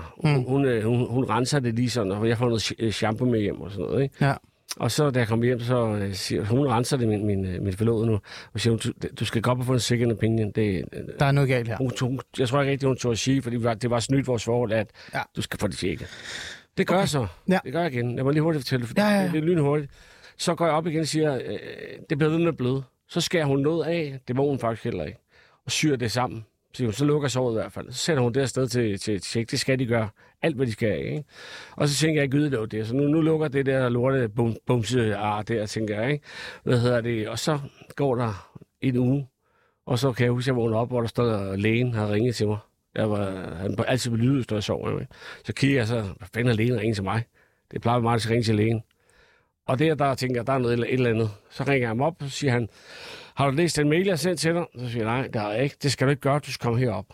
hun renser det lige sådan, og jeg får noget shampoo med hjem og sådan noget, ikke? Ja. Og så da jeg kom hjem, så siger hun renser det min forlovede nu, og siger hun, du skal gå op og få en second opinion. Der er noget galt her. Jeg tror ikke rigtig, hun tog at sige, fordi det var snydt vores forhold, at du skal få det tjekket. Det gør jeg så. Ja. Det gør jeg igen. Jeg må lige hurtigt fortælle, for det er lynhurtigt. Så går jeg op igen og siger, det bliver ved med at bløde. Så skærer hun noget af, det må hun faktisk heller ikke, og syr det sammen. Så lukker såret i hvert fald. Så sender hun det afsted til tjek. Det skal de gøre. Alt, hvad de skal af, ikke? Og så tænker jeg, at det var det. Så nu lukker det der lorte bumse der, tænker jeg, ikke? Og så går der en uge, og så kan jeg huske, at jeg vågner op, hvor der står, lægen har ringet til mig. Han var altid på lydet, når jeg sov. Så kigger jeg så, hvad fanden er lægen ringe til mig? Det plejer mig at ringe til lægen. Og der tænker jeg, der er noget et eller andet. Så ringer jeg ham op, og siger han, har du læst den mail, jeg sendte til dig? Så siger jeg, nej, det har jeg ikke. Det skal du ikke gøre, du skal komme herop.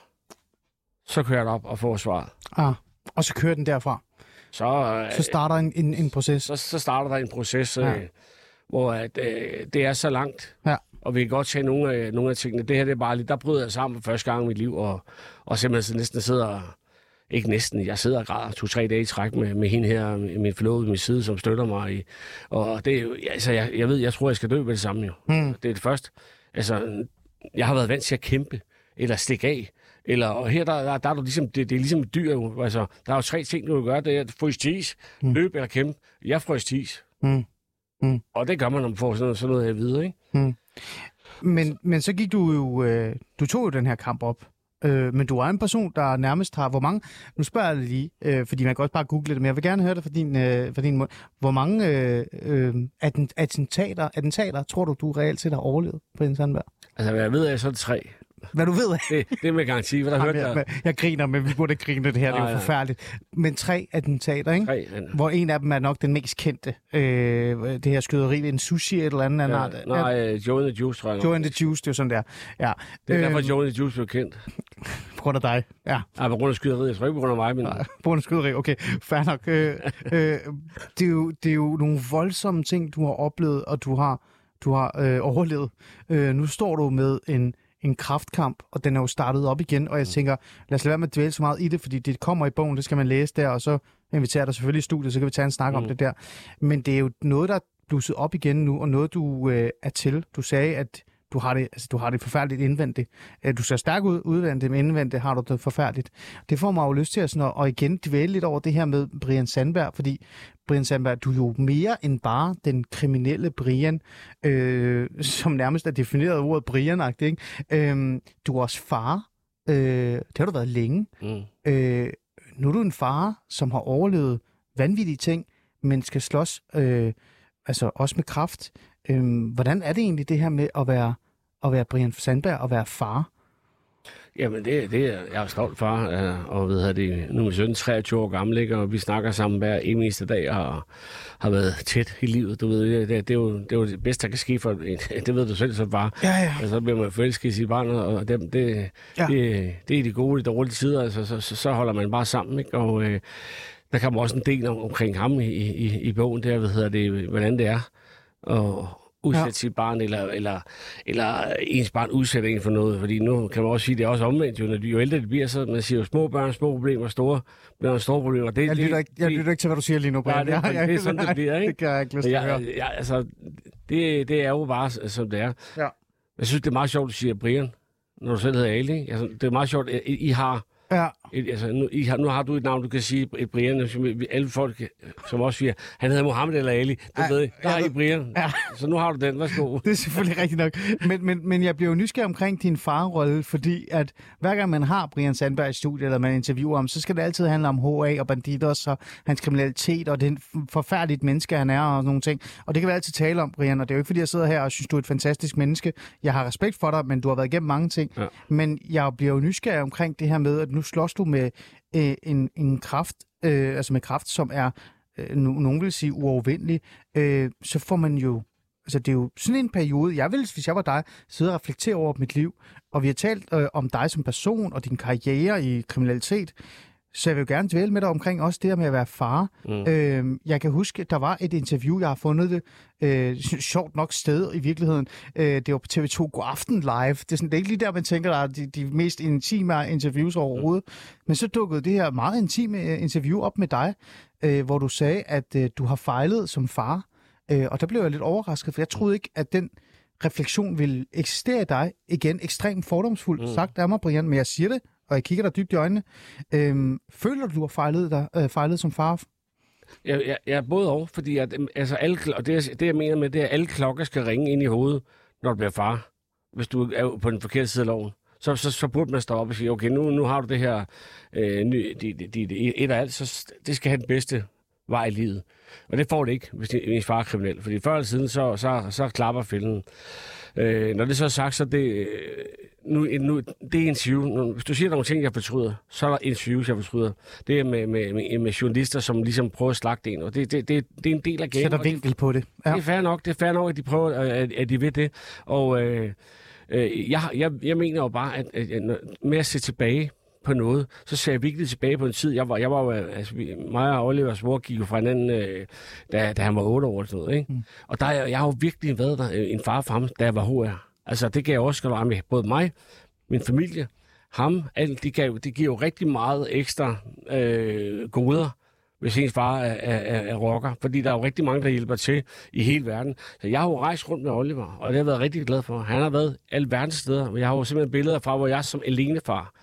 Så kører jeg op og får svaret. Og så kører den derfra? Så starter en proces? Så starter der en proces, hvor det er så langt. Ja. Og vi kan godt tage nogle af tingene. Det her, det er bare lige, der bryder jeg sammen for første gang i mit liv, og simpelthen næsten sidder, ikke næsten, jeg sidder og græder 2-3 dage i træk med hende her, min forlovede ved min side, som støtter mig. Og det er jo, altså, jeg tror, jeg skal dø ved det samme jo. Det er det første. Altså, jeg har været vant til at kæmpe, eller stikke af, Eller her, der er du ligesom, det er ligesom et dyr. Altså, der er jo 3 ting, du kan gøre. Det er at fryse tis, løbe eller kæmpe. Jeg fryser tis. Og det gør man, når man får sådan noget her videre, ikke? Men så gik du jo... du tog jo den her kamp op. Men du er en person, der nærmest har... Hvor mange... Nu spørger jeg lige, fordi man kan også bare google det, men jeg vil gerne høre det fra din mund. Hvor mange attentater tror du reelt set har overlevet på Brian Sandberg? Altså, hvad jeg ved af, så er det 3. Hvad du ved af? Det er med garanti, hvad der hørte jeg. Jeg griner, men vi burde grine det her, det er jo forfærdeligt. Men 3 attentater, ikke? 3, hvor en af dem er nok den mest kendte. Det her skyderi ved en sushi eller andet. Joe and the Juice, tror jeg. Joe and the Juice, det er jo sådan der. Ja. Det er derfor, Joe and the Juice blev kendt. På grund af dig, ja. På grund af skyderiet. Jeg tror ikke på grund af mig, men... Nej, på grund af skyderi, okay. Fair nok. Det er jo nogle voldsomme ting, du har oplevet, og du har overlevet. Nu står du med en kraftkamp, og den er jo startet op igen, og jeg tænker, lad os lade være med at dvæle så meget i det, fordi det kommer i bogen, det skal man læse der, og så inviterer dig selvfølgelig i studiet, så kan vi tage en snak om det der. Men det er jo noget, der er blusset op igen nu, og noget, du er til. Du sagde, at du har det forfærdeligt indvendigt. Du ser stærk ud udvendigt, men indvendigt har du det forfærdeligt. Det får mig jo lyst til at igen dvæle lidt over det her med Brian Sandberg, fordi Brian Sandberg, du er jo mere end bare den kriminelle Brian, som nærmest er defineret af ordet Brian-agtigt, ikke? Du er også far. Det har du været længe. Nu er du en far, som har overlevet vanvittige ting, men skal slås også med kræft. Hvordan er det egentlig det her med at være Brian Sandberg og være far? Jamen, det er jeg er stolt far, og nu er min søn 23 år gammel, ikke? Og vi snakker sammen hver eneste dag, og har været tæt i livet. Du ved, det er jo det bedste, der kan ske for det ved du selv som far. Ja. Og så bliver man forelsket i sit barn, og det er de gode, de dårlige tider, altså, så holder man bare sammen, ikke? Og der kommer også en del omkring ham i bogen, der, hvordan det er, og udsætte sit barn, eller ens barn udsætter en for noget. Fordi nu kan man også sige, det er også omvendt. Jo ældre det bliver, så man siger jo små børn, små problemer, store problemer. Jeg lytter ikke til, hvad du siger lige nu, Brian. Det er sådan, det bliver, ikke? Det kan jeg ikke lyst til at høre. Altså, det er jo bare, som det er. Ja. Jeg synes, det er meget sjovt, du siger Brian, når du selv hedder Ali. Altså, det er meget sjovt, at I har... Ja. Nu har du et navn, du kan sige, et Brian, alle folk, som også siger, han hedder Mohammed eller Ali, det ved jeg, der har I Brian. Ja. Så nu har du den, værsgo. Det er selvfølgelig rigtigt nok. Men jeg bliver jo nysgerrig omkring din farrolle, fordi at hver gang man har Brian Sandberg i studiet, eller man interviewer ham, så skal det altid handle om HA og Bandidos og hans kriminalitet, og det forfærdeligt menneske, han er, og sådan nogle ting. Og det kan vi altid tale om, Brian, og det er jo ikke, fordi jeg sidder her og synes, du er et fantastisk menneske. Jeg har respekt for dig, men du har været igennem mange ting. Ja. Men jeg bliver jo nysgerrig omkring det her med, at nu slås du med en kraft, med kraft, som er, nogen vil sige, uovervindelig, så får man jo, altså det er jo sådan en periode, jeg vil, hvis jeg var dig, sidde og reflektere over mit liv, og vi har talt om dig som person, og din karriere i kriminalitet, så jeg vil jo gerne dvæle med dig omkring også det her med at være far. Jeg kan huske, der var et interview, jeg har fundet det sjovt nok sted i virkeligheden. Det var på TV2 God Aften Live. Det er ikke lige der, man tænker, der er de mest intime interviews overhovedet. Men så dukkede det her meget intime interview op med dig, hvor du sagde, at du har fejlet som far. Og der blev jeg lidt overrasket, for jeg troede ikke, at den refleksion ville eksistere i dig. Igen, ekstremt fordomsfuldt sagt af mig, Brian, men jeg siger det, og jeg kigger dig dybt i øjnene. Føler du har fejlet som far? Jeg er både og, fordi at, altså og det jeg mener med, det er, at alle klokker skal ringe ind i hovedet, når du bliver far. Hvis du er på den forkerte side af loven. Så burde man stå op og sige, okay, nu har du det her et og alt, så det skal have den bedste vej i livet. Og det får det ikke, hvis ens far er kriminel. Fordi før eller siden, så klapper fælden. Når det så er sagt, så det det er interview. Hvis du siger nogle ting, jeg fortryder, så er der interviews, jeg fortryder. Det er med journalister, som ligesom prøver at slagte en, og det er en del af gamet. Sætter vinkel på det. Ja. Det er fair nok, at de prøver, at de ved det. Og jeg mener jo bare, at med at se tilbage på noget, så ser jeg virkelig tilbage på en tid. Jeg var altså, mig og Olivers mor gik jo fra hinanden, da han var 8 år eller sådan noget, ikke? Og jeg har jo virkelig været der, en far for ham, da jeg var HR. Altså, det gav jeg også med både mig, min familie, ham, alt, det giver jo rigtig meget ekstra goder, hvis ens far er rocker. Fordi der er jo rigtig mange, der hjælper til i hele verden. Så jeg har jo rejst rundt med Oliver, og det har jeg været rigtig glad for. Han har været alle verdens steder. Jeg har jo simpelthen billeder fra, hvor jeg som alenefar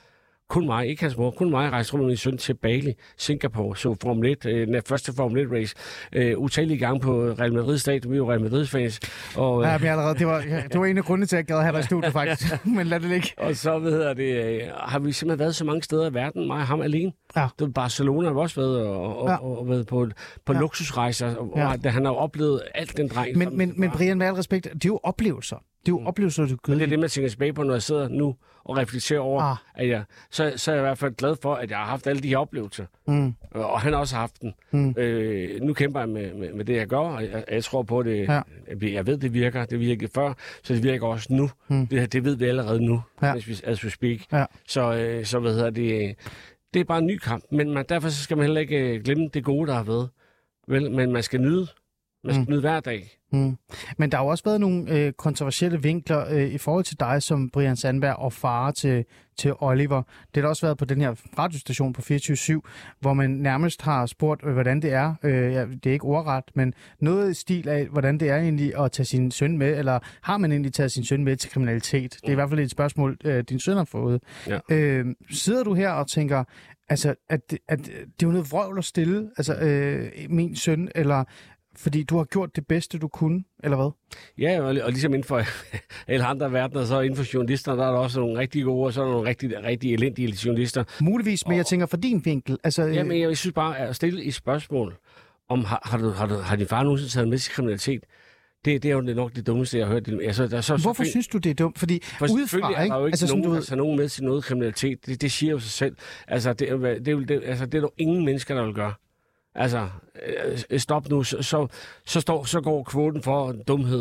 kun mig, ikke hans mor, kun mig rejste rundt med min søn til Bali, Singapore, så Formel 1, den første Formel 1 race, utallige gange på Real Madrid stadion, vi er jo Real Madrid-fans. Og, ja, men allerede, det var en af grundene til, at jeg gad have dig i studiet, faktisk, men lad det ligge. Og så, har vi simpelthen været så mange steder i verden, mig og ham alene. Ja. Det var Barcelona, har vi også været, og været på luksusrejser, og han har jo oplevet alt den dreng. Men Brian, med al respekt, det er jo oplevelser. Det er jo oplevelser, du gør. Det er det, man tænker tilbage på, når jeg sidder nu og reflekterer over, at så er jeg i hvert fald glad for, at jeg har haft alle de her oplevelser. Og han har også haft den. Nu kæmper jeg med det, jeg gør, og jeg tror på det. Ja. Jeg ved, det virker. Det virkede før, så det virker også nu. Det ved vi allerede nu, as we speak. Ja. Så hvad hedder det? Det er bare en ny kamp, men derfor så skal man heller ikke glemme det gode, der har været. Vel, men man skal nyde. Man skal nyde hver dag. Men der har jo også været nogle kontroversielle vinkler i forhold til dig som Brian Sandberg og far til Oliver. Det har også været på den her radiostation på 24/7, hvor man nærmest har spurgt, hvordan det er. Det er ikke ordret, men noget i stil af, hvordan det er egentlig at tage sin søn med, eller har man egentlig taget sin søn med til kriminalitet? Det er i hvert fald et spørgsmål, din søn har fået. Ja. Sidder du her og tænker, altså, at det er jo noget vrøvl at stille, altså min søn, eller fordi du har gjort det bedste, du kunne, eller hvad? Ja, og ligesom inden for alle andre verdener, så inden for journalister, der er der også nogle rigtig gode, og så er der nogle rigtig elendige journalister. Muligvis, men jeg tænker for din vinkel. Altså, men jeg synes bare, at stille et spørgsmål, om har din far nogensinde taget med til kriminalitet? Det er jo nok det dummeste, jeg har hørt. Altså, hvorfor synes du, det er dumt? Fordi udefra, er der jo ikke nogen, der tager nogen med til noget kriminalitet. Det siger jo sig selv. Altså, det er der ingen mennesker, der vil gøre. Altså, stop nu, så går kvoten for dumhed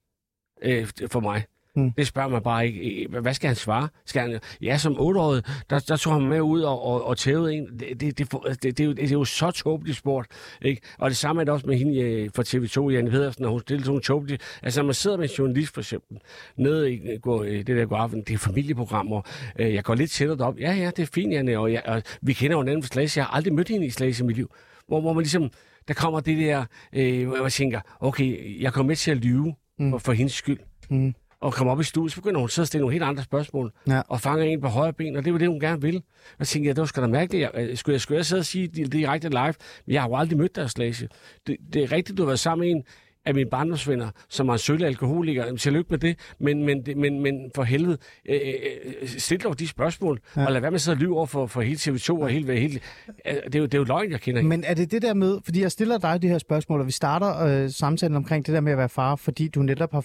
for mig. Det spørger man bare ikke. Hvad skal han svare? Som 8-årig, der tog han med ud og tævede en. Det er jo så tåbeligt sport. Ikke? Og det samme er det også med hende fra TV2, Janne Pedersen, og hun stillede sådan tåbeligt. Altså, når man sidder med en journalist, for eksempel, nede i det der går aften, det er familieprogrammer. Jeg går lidt tættere derop. Ja, det er fint, Janne, og vi kender jo en anden fra Slagelse. Jeg har aldrig mødt hende i Slagelse i mit liv. Hvor man ligesom, der kommer det der, hvor man tænker, okay, jeg kommer med til at lyve for hendes skyld. Og kommer op i studiet, så begynder hun at stille nogle helt andre spørgsmål, og fanger en på højre ben, og det er det, hun gerne vil. Og tænker jeg, det var sgu da mærkeligt. Skulle jeg sidde og sige direkte live, men jeg har jo aldrig mødt deres Slagelse. Det er rigtigt, du har været sammen med en af mine barndomsvenner, som var en sølle alkoholiker. Tillykke med det, men for helvede, stil dog de spørgsmål, og lad være med at sidde og lyve over for hele TV2 og hele det er jo løgn, jeg kender. Men er det der med, fordi jeg stiller dig det her spørgsmål, og vi starter samtalen omkring det der med at være far, fordi du netop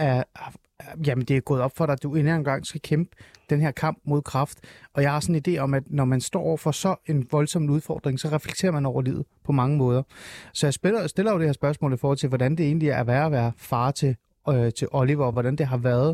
jamen det er gået op for dig, at du endnu en gang skal kæmpe den her kamp mod kræft. Og jeg har sådan en idé om, at når man står over for så en voldsom udfordring, så reflekterer man over livet på mange måder. Så jeg stiller jo det her spørgsmål i forhold til, hvordan det egentlig er at være far til Oliver, og hvordan det har været.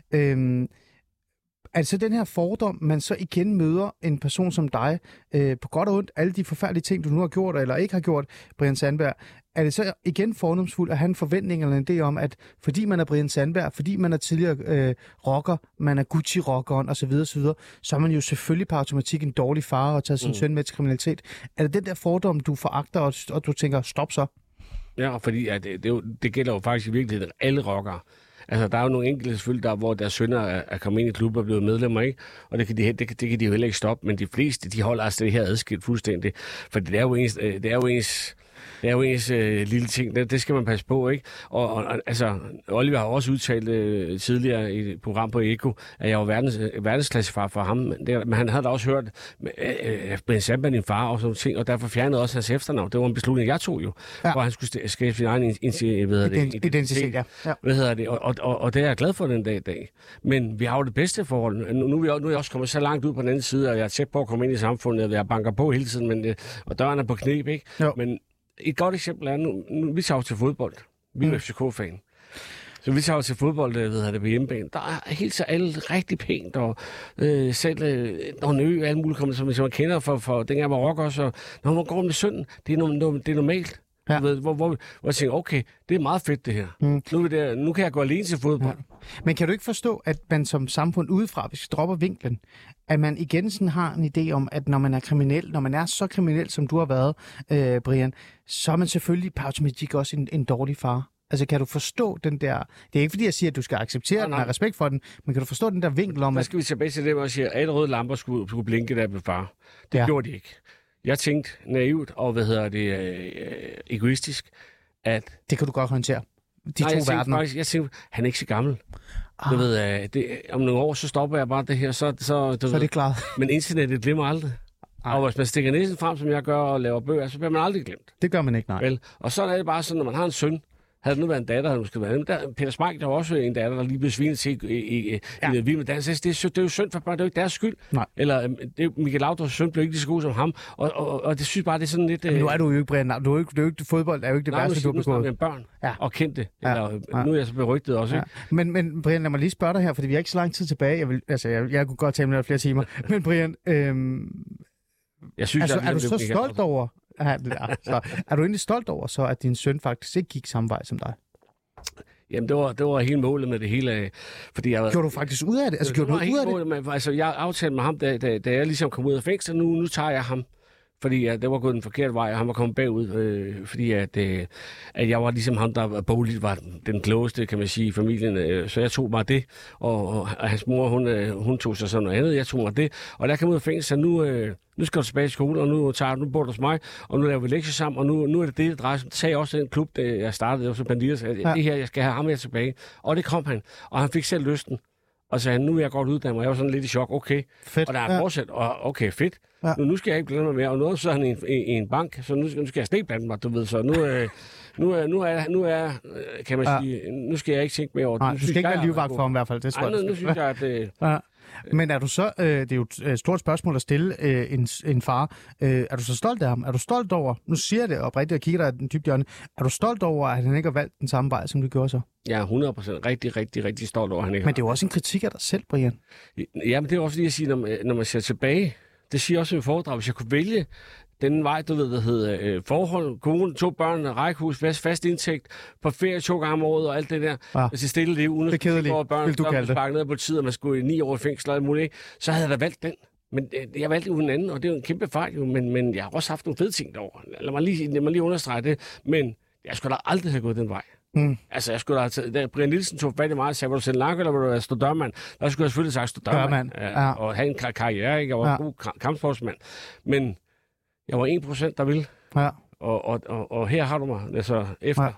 Altså den her fordom, man så igen møder en person som dig, på godt og ondt, alle de forfærdelige ting, du nu har gjort eller ikke har gjort, Brian Sandberg, er det så igen fordomsfuldt at have en forventning eller en idé om, at fordi man er Brian Sandberg, fordi man er tidligere rocker, man er Gucci-rockeren osv., så er man jo selvfølgelig på automatik en dårlig far og tager sin søn med til kriminalitet. Er det den der fordom, du foragter, og du tænker, stop så? Ja, fordi det gælder jo faktisk i virkeligheden alle rockere. Altså, der er jo nogle enkelte selvfølgelig, hvor deres sønner er kommet ind i klubben og blevet medlemmer, ikke? Og det kan de jo heller ikke stoppe, men de fleste, de holder altså det her adskilt fuldstændig. For det er jo ens lille ting. Det skal man passe på, ikke? Og altså, Oliver har også udtalt tidligere i et program på Eko, at jeg var verdensklassefar for ham. Men han havde da også hørt Brian Sandberg, din far og sådan ting, og derfor fjernede også hans efternavn. Det var en beslutning, jeg tog jo, hvor han skulle skabe sin egen identitet. Ja. Og det er jeg glad for den dag i dag. Men vi har jo det bedste forhold. Nu er jeg også kommet så langt ud på den anden side, og jeg er tæt på at komme ind i samfundet, og jeg banker på hele tiden, og døren er på knæb, ikke? Jo. Men et godt eksempel er, nu vi tager til fodbold. Vi er FCK-fan. Så vi tager til fodbold, på hjemmebane. Der er helt så alle rigtig pænt, og selv alle mulige kommer, som jeg kender for dengang jeg var rocker også. Og når man går med sønnen, det er normalt. Ja. Hvor jeg tænker, okay, det er meget fedt det her. Nu kan jeg gå alene til fodbold. Ja. Men kan du ikke forstå, at man som samfund udefra, hvis vi dropper vinklen, at man igen sådan har en idé om, at når man er kriminel, når man er så kriminel, som du har været, Brian, så er man selvfølgelig på automatik også en dårlig far. Altså, kan du forstå den der... Det er ikke, fordi jeg siger, at du skal acceptere den og have respekt for den, men kan du forstå den der vinkel om, at... Der skal vi tilbage til det, hvor jeg siger, at alle røde lamper skulle blinke, der blev far. Det gjorde de ikke. Jeg tænkte naivt og, egoistisk, at... Det kan du godt håndtere. De to verdener. Jeg tænkte, han er ikke så gammel. Du ved, om nogle år, så stopper jeg bare det her, så er det klart. Men internettet glemmer aldrig. Og hvis man stikker næsen frem, som jeg gør, og laver bøger, så bliver man aldrig glemt. Det gør man ikke, nej. Vel? Og så er det bare sådan, når man har en søn, havde det nu været en datter, der skulle være. Peter Smeick, der var også en datter, der lige blev svinet til i Vild med Dans. Det er jo synd for børn, det er jo ikke deres skyld. Nej. Eller Michael Laudrups søn blev ikke lige så god som ham. Og det synes bare, det er sådan lidt... Men nu er du jo ikke, Brian. Fodbold er jo ikke det værste, du har begået. Nej, børn og kendte. Nu er jeg så berygtet også, ikke? Men Brian, lad mig lige spørge dig her, fordi vi har ikke så lang tid tilbage. Jeg kunne godt tale med dig flere timer. Men Brian, jeg synes, er du så stolt over... er du egentlig stolt over så, at din søn faktisk ikke gik samme vej som dig? Jamen, det var hele målet med det hele. Fordi gjorde du faktisk ud af det? Altså, gjorde du ud af det? Altså, jeg aftalte med ham, da jeg ligesom kom ud af fængsel, nu tager jeg ham. Fordi det var gået den forkerte vej, og han var kommet bagud. Fordi at jeg var ligesom ham, der bogligt var den klogeste, kan man sige, i familien. Så jeg tog mig det, og hans mor, hun tog sig sådan noget andet. Jeg tog mig det, og der kom ud af fængsel, nu skal du tilbage i skole, og nu bor du hos mig, og nu laver vi lektier sammen, og nu er det drejer sig. Det sagde også den klub, da jeg startede, også Banditas, det her, jeg skal have ham her tilbage. Og det kom han, og han fik selv lysten. Og så sagde han, nu er jeg godt uddannet, og jeg var sådan lidt i chok. Okay, fedt. Og der er fortsat, og okay, fedt. Ja. Nu skal jeg ikke blande mig mere, og nu så er han i en bank, så nu skal jeg slet ikke blande mig, du ved. Så nu er kan man sige, nu skal jeg ikke tænke mere over det. Nej, du skal ikke være livvagt for ham i hvert fald, det tror jeg. Nu synes jeg, at... Men er du så, det er jo et stort spørgsmål at stille en far, er du så stolt af ham? Er du stolt over, nu siger jeg det oprigtigt og kigger dig den dybt hjørne, er du stolt over, at han ikke har valgt den samme vej, som du gjorde så? Jeg er 100% rigtig stolt over, at han ikke har. Men det er jo også en kritik af dig selv, Brian. Jamen det er også fordi, jeg siger, når man ser tilbage, det siger også i foredrag, hvis jeg kunne vælge den vej, du ved, der hedder forhold, kone, 2 børn, rækkehus, fast indtægt, på ferie 2 gange om året og alt det der. Hvis det stille liv, uden at få børn, vil du kalde det. Sparket ned på tid, og man skulle i 9 år i fængsel og alt muligt, så havde jeg da valgt den. Men jeg valgte jo en anden, og det er jo en kæmpe fejl, jo, men jeg har også haft nogle fede ting derovre. Lad mig lige understrege det, men jeg skulle da aldrig have gået den vej. Altså, jeg skulle da have taget... Da Brian Nielsen tog fat i mig og sagde, vil du sende lak, eller vil du være stodørmand? Der skulle jeg selvfølgelig sagt stodørmand. Og have en karriere, ikke? Jeg var en god kampsportsmand. Men jeg var 1%, der ville. Ja. Og her har du mig, altså efter.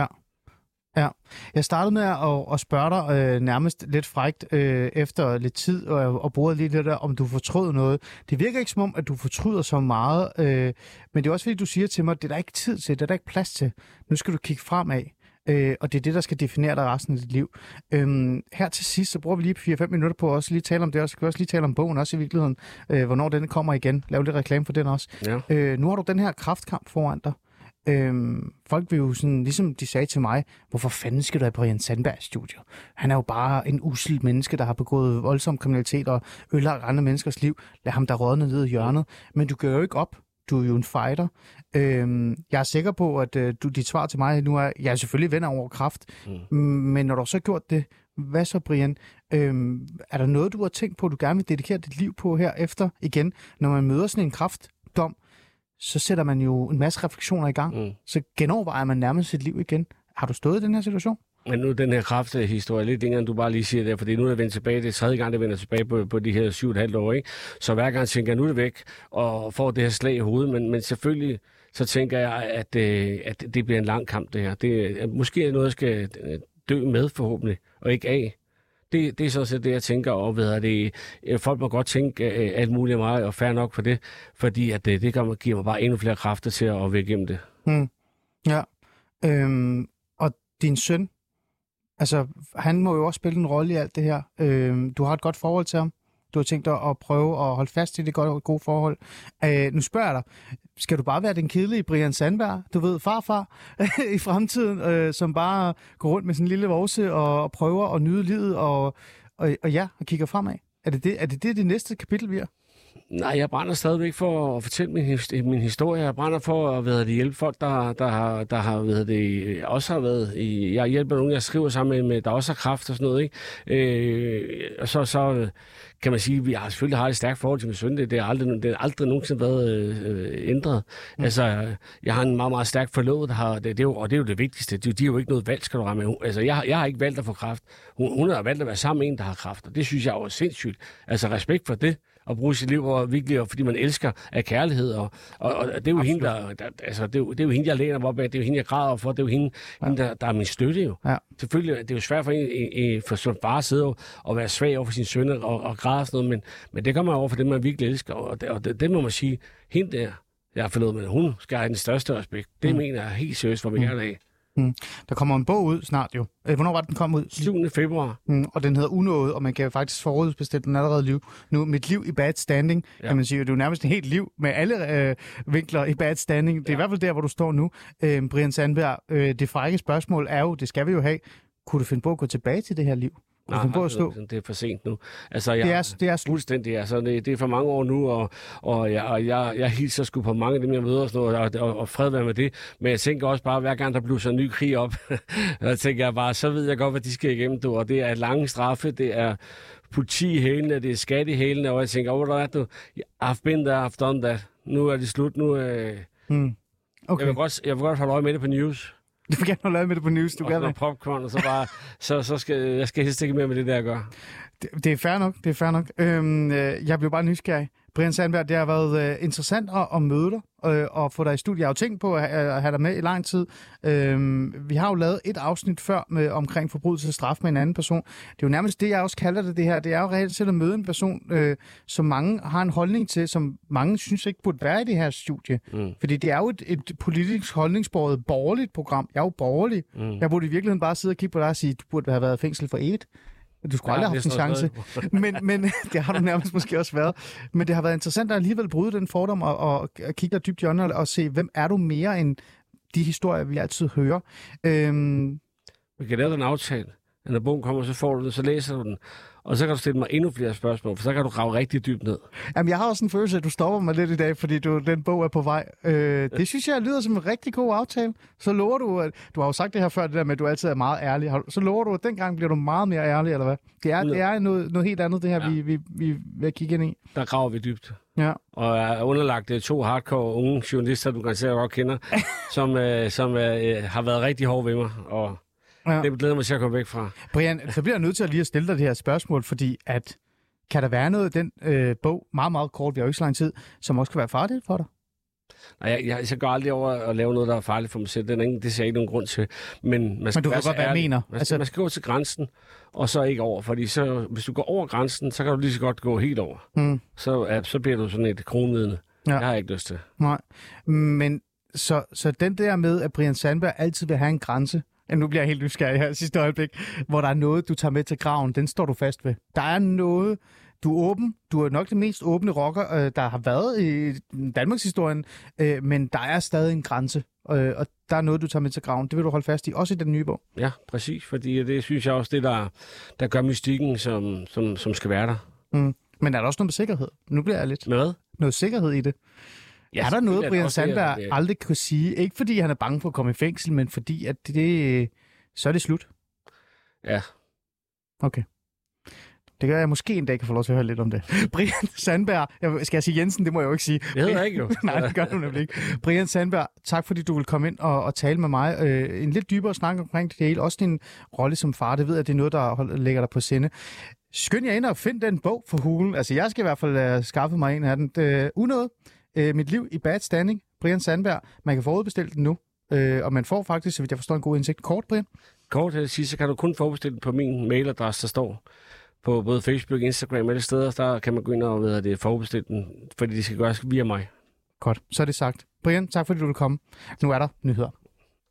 Ja. Jeg startede med at spørge dig nærmest lidt frækt efter lidt tid, og bruger lige lidt der, om du fortrød noget. Det virker ikke som om, at du fortryder så meget, men det er også fordi, du siger til mig, at det er der ikke tid til, det er der ikke plads til. Nu skal du kigge fremad. Og det er det, der skal definere dig resten af dit liv. Her til sidst, så bruger vi lige 4-5 minutter på at også lige tale om det, og så kan vi også lige tale om bogen også i virkeligheden, hvornår den kommer igen. Lav lidt reklame for den også. Ja. Nu har du den her kraftkamp foran dig. Folk vil jo sådan, ligesom de sagde til mig, hvorfor fanden skal du have Brian Sandberg i studio? Han er jo bare en usel menneske, der har begået voldsom kriminalitet og ødelagt andre menneskers liv. Lad ham der rådne ned i hjørnet. Men du gør jo ikke op. Du er jo en fighter. Jeg er sikker på, at dit svar til mig nu er, jeg er selvfølgelig venner over kræft, men når du så har gjort det, hvad så, Brian? Er der noget, du har tænkt på, du gerne vil dedikere dit liv på her efter igen? Når man møder sådan en kræftdom, så sætter man jo en masse refleksioner i gang. Så genovervejer man nærmest sit liv igen. Har du stået i den her situation? Men nu den her krafthistorie, lidt længere end du bare lige siger det, fordi nu er jeg vendt tilbage, det er 3. gang, jeg vender tilbage på de her 7,5 år, ikke? Så hver gang tænker jeg, nu er det væk, og får det her slag i hovedet, men selvfølgelig så tænker jeg, at det bliver en lang kamp, det her. Måske er noget, jeg skal dø med forhåbentlig, og ikke af. Det er sådan set det, jeg tænker, og folk må godt tænke alt muligt meget, og fair nok for det, fordi at det giver mig bare endnu flere kræfter til at vække igennem det. Ja, og din søn, altså, han må jo også spille en rolle i alt det her. Du har et godt forhold til ham. Du har tænkt dig at prøve at holde fast i det gode forhold. Nu spørger jeg dig, skal du bare være den kedelige Brian Sandberg, du ved, farfar i fremtiden, som bare går rundt med sådan en lille vovse og prøver at nyde livet og kigger fremad? Er det det næste kapitel, vi er? Nej, jeg brænder stadigvæk for at fortælle min historie. Jeg brænder for at hjælpe folk, der har også har været i... Jeg hjælper nogen, jeg skriver sammen med, der også har kræft og sådan noget, ikke? Og så kan man sige, at vi har selvfølgelig et stærkt forhold til min søn. Det er aldrig nogensinde været ændret. Altså, jeg har en meget, meget stærk forlovet, og det er jo det vigtigste. De er jo ikke noget valg, skal du ramme. Altså, jeg har ikke valgt at få kræft. Hun har valgt at være sammen med en, der har kræft, og det synes jeg er sindssygt. Altså, respekt for det. At bruge sit liv, og virkelig, fordi man elsker af kærlighed. Og det er jo hende, det er jo hende, jeg læner mig op af. Det er jo hende, jeg græder for. Det er jo hende der er min støtte jo. Ja. Selvfølgelig, det er jo svært for som far at sidde og være svag over for sine sønner og græde og sådan noget, men det gør man over for dem, man virkelig elsker. Og det må man sige, hende der, jeg har forlovet med, hun skal have den største respekt. Det mener jeg helt seriøst for mig hjertet af. Der kommer en bog ud snart jo. Hvornår var den kom ud? 7. februar. Og den hedder Unåde, og man kan faktisk forudbestille den allerede nu. Mit liv i bad standing, kan man sige. Det er jo nærmest et helt liv med alle vinkler i bad standing. Det er i hvert fald der, hvor du står nu. Brian Sandberg, det frække spørgsmål er jo, det skal vi jo have. Kunne du finde på at gå tilbage til det her liv? Nej, det er for sent nu. Altså, det er fuldstændig. Altså, det er for mange år nu, og jeg hilser sgu på mange af dem, jeg møder og sådan noget, og fred være med det. Men jeg tænker også bare, hver gang der bliver sådan en ny krig op, så tænker jeg bare, så ved jeg godt, hvad de skal igennem. Og det er lange straffe, det er politi i hælene, det er skat i hælene, og jeg tænker, I've been there, I've done that. Nu er det slut. Nu, okay. Jeg vil godt holde øje med det på news. Du vil gerne holde øje med det på news, du gerne. Og popcorn, og så bare, så skal jeg helst ikke mere med det der at gøre. Det er fair nok. Jeg blev bare nysgerrig. Brian Sandberg, det har været interessant at møde dig og få dig i studiet. Jeg har jo tænkt på at have dig med i lang tid. Vi har jo lavet et afsnit før omkring forbrydelse og straf med en anden person. Det er jo nærmest det, jeg også kalder det her. Det er jo reelt set at møde en person, som mange har en holdning til, som mange synes ikke burde være i det her studie. Fordi det er jo et politisk holdningsbåret borgerligt program. Jeg er jo borgerlig. Jeg burde i virkeligheden bare sidde og kigge på dig og sige, du burde have været i fængsel for evigt. Du skulle aldrig have haft en chance, men det har du nærmest måske også været. Men det har været interessant at alligevel bryde den fordom og kigge dig dybt i øjnene og se, hvem er du mere end de historier, vi altid hører. Vi kan lave den aftale. Når bogen kommer, så får du den, så læser du den. Og så kan du stille mig endnu flere spørgsmål, for så kan du grave rigtig dybt ned. Jamen, jeg har også en følelse af, at du stopper mig lidt i dag, fordi den bog er på vej. Det synes jeg lyder som en rigtig god aftale. Så lover du, at du har jo sagt det her før, det der med, at du altid er meget ærlig. Så lover du, at dengang bliver du meget mere ærlig, eller hvad? Det er noget helt andet, det her, vi vil kigge ind i. Der graver vi dybt. Ja. Og jeg er underlagt 2 hardcore unge journalister, du kan sikkert godt kender, som har været rigtig hårde ved mig, og det glæder mig til at komme væk fra. Brian, så bliver jeg nødt til at lige at stille dig det her spørgsmål, fordi at kan der være noget i den bog, meget, meget kort, vi har jo ikke så lang tid, som også kan være farligt for dig? Nej, jeg går aldrig over at lave noget, der er farligt for mig selv. Det ser jeg ikke nogen grund til. Men du kan godt, hvad jeg mener. Man skal gå til grænsen, og så ikke over. Fordi hvis du går over grænsen, så kan du lige så godt gå helt over. Så bliver du sådan et kronvidne. Det har jeg ikke lyst til. Nej, men så den der med, at Brian Sandberg altid vil have en grænse, nu bliver jeg helt nysgerrig her sidste øjeblik, hvor der er noget, du tager med til graven, den står du fast ved. Der er noget, du er åben. Du er nok den mest åbne rocker, der har været i Danmarks historien, men der er stadig en grænse, og der er noget, du tager med til graven. Det vil du holde fast i, også i den nye bog. Ja, præcis, fordi det synes jeg også, det der gør mystikken, som skal være der. Men er der også noget med sikkerhed? Nu bliver jeg lidt. Med hvad? Noget sikkerhed i det. Ja, er der noget, Brian Sandberg aldrig kunne sige? Ikke fordi han er bange for at komme i fængsel, men fordi at så er det slut? Ja. Okay. Det gør jeg måske en dag kan få lov til at høre lidt om det. Brian Sandberg, skal jeg sige Jensen? Det må jeg jo ikke sige. Det hedder jeg ikke jo. Nej, det gør du nemlig ikke. Brian Sandberg, tak fordi du vil komme ind og tale med mig. En lidt dybere snak omkring det hele. Også din rolle som far. Det ved jeg, at det er noget, der lægger dig på sinde. Skynd jer ind og find den bog for hulen. Altså, jeg skal i hvert fald skaffe mig en af den. Unåde. Mit liv i bad standing. Brian Sandberg. Man kan forudbestille den nu. Og man får faktisk, så vidt jeg forstår, en god indsigt. Kort, Brian? Kort, så kan du kun forudbestille den på min mailadresse, der står på både Facebook, Instagram og alle steder. Der kan man gå ind og forudbestille den, fordi det skal gøres via mig. Godt, så er det sagt. Brian, tak fordi du vil komme. Nu er der nyheder.